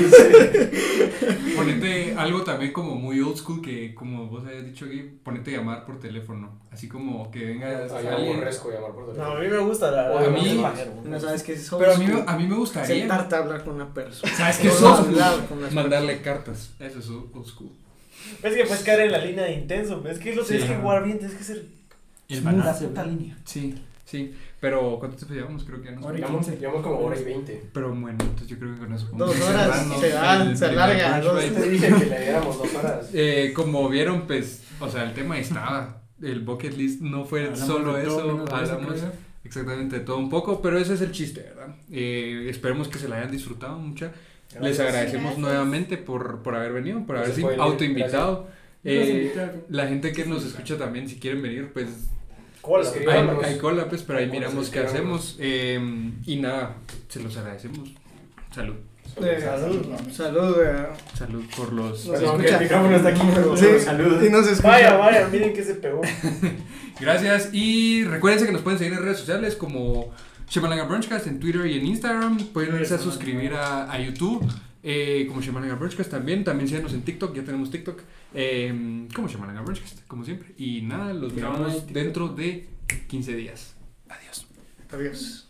ponete algo también como muy old school que, como vos habías dicho aquí, ponete a llamar por teléfono. Así como que venga Ah, yo alguien... aborrezco llamar por No, teléfono. a mí me gusta la A la- mí- el pajero, ¿no? No sabes qué es Pero a mí, me- old a mí me school. gustaría Sentarte a hablar con una persona. ¿Sabes qué No es old hablar school? con las Mandarle cartas. Eso es old school. Es que puedes caer en la línea de intenso, es que lo Sí. tienes que jugar bien, tienes que ser El smooth, balance. puta línea. Sí, sí. Pero, ¿cuánto tiempo llevamos? Creo que ya no sé. Hora y Llevamos, quince. llevamos como hora y veinte. Pero bueno, entonces yo creo que con eso podemos Dos ir horas, cerrando se da, el se primer alarga, brunch dos- bite. Te dije que le diéramos dos horas. Eh, como vieron, pues, o sea, el tema estaba. El bucket list no fue Hablamos solo de todo eso, menos de eso, hablamos creo yo. exactamente de todo un poco, pero ese es el chiste, ¿verdad? Eh, esperemos que se la hayan disfrutado mucha. Les Gracias. agradecemos Gracias. nuevamente por, por haber venido, por Gracias haberse por venir, autoinvitado. Gracias por Eh, invitarme. la gente que nos escucha también, si quieren venir, pues Cola. Es que- hay, Escríbanos. hay cola, pues, pero ahí Hay cola, miramos sí, qué escríbanos. hacemos. Eh, y nada, se los agradecemos. Salud. Eh, Salud. Salud, eh, Salud por los... Nos Bueno, aunque escucha. el micrófono está aquí, pero sí, salud. y nos escucha. Vaya, vaya, miren que se pegó. Gracias y recuerden que nos pueden seguir en redes sociales como Shemalanga Brunchcast en Twitter y en Instagram. Pueden irse a suscribir a, a YouTube eh, como Shemalanga Brunchcast también. También síganos en TikTok, ya tenemos TikTok eh, como Shemalanga Brunchcast, como siempre. Y nada, los Pero no hay miramos TikTok. dentro de quince días. Adiós. Adiós.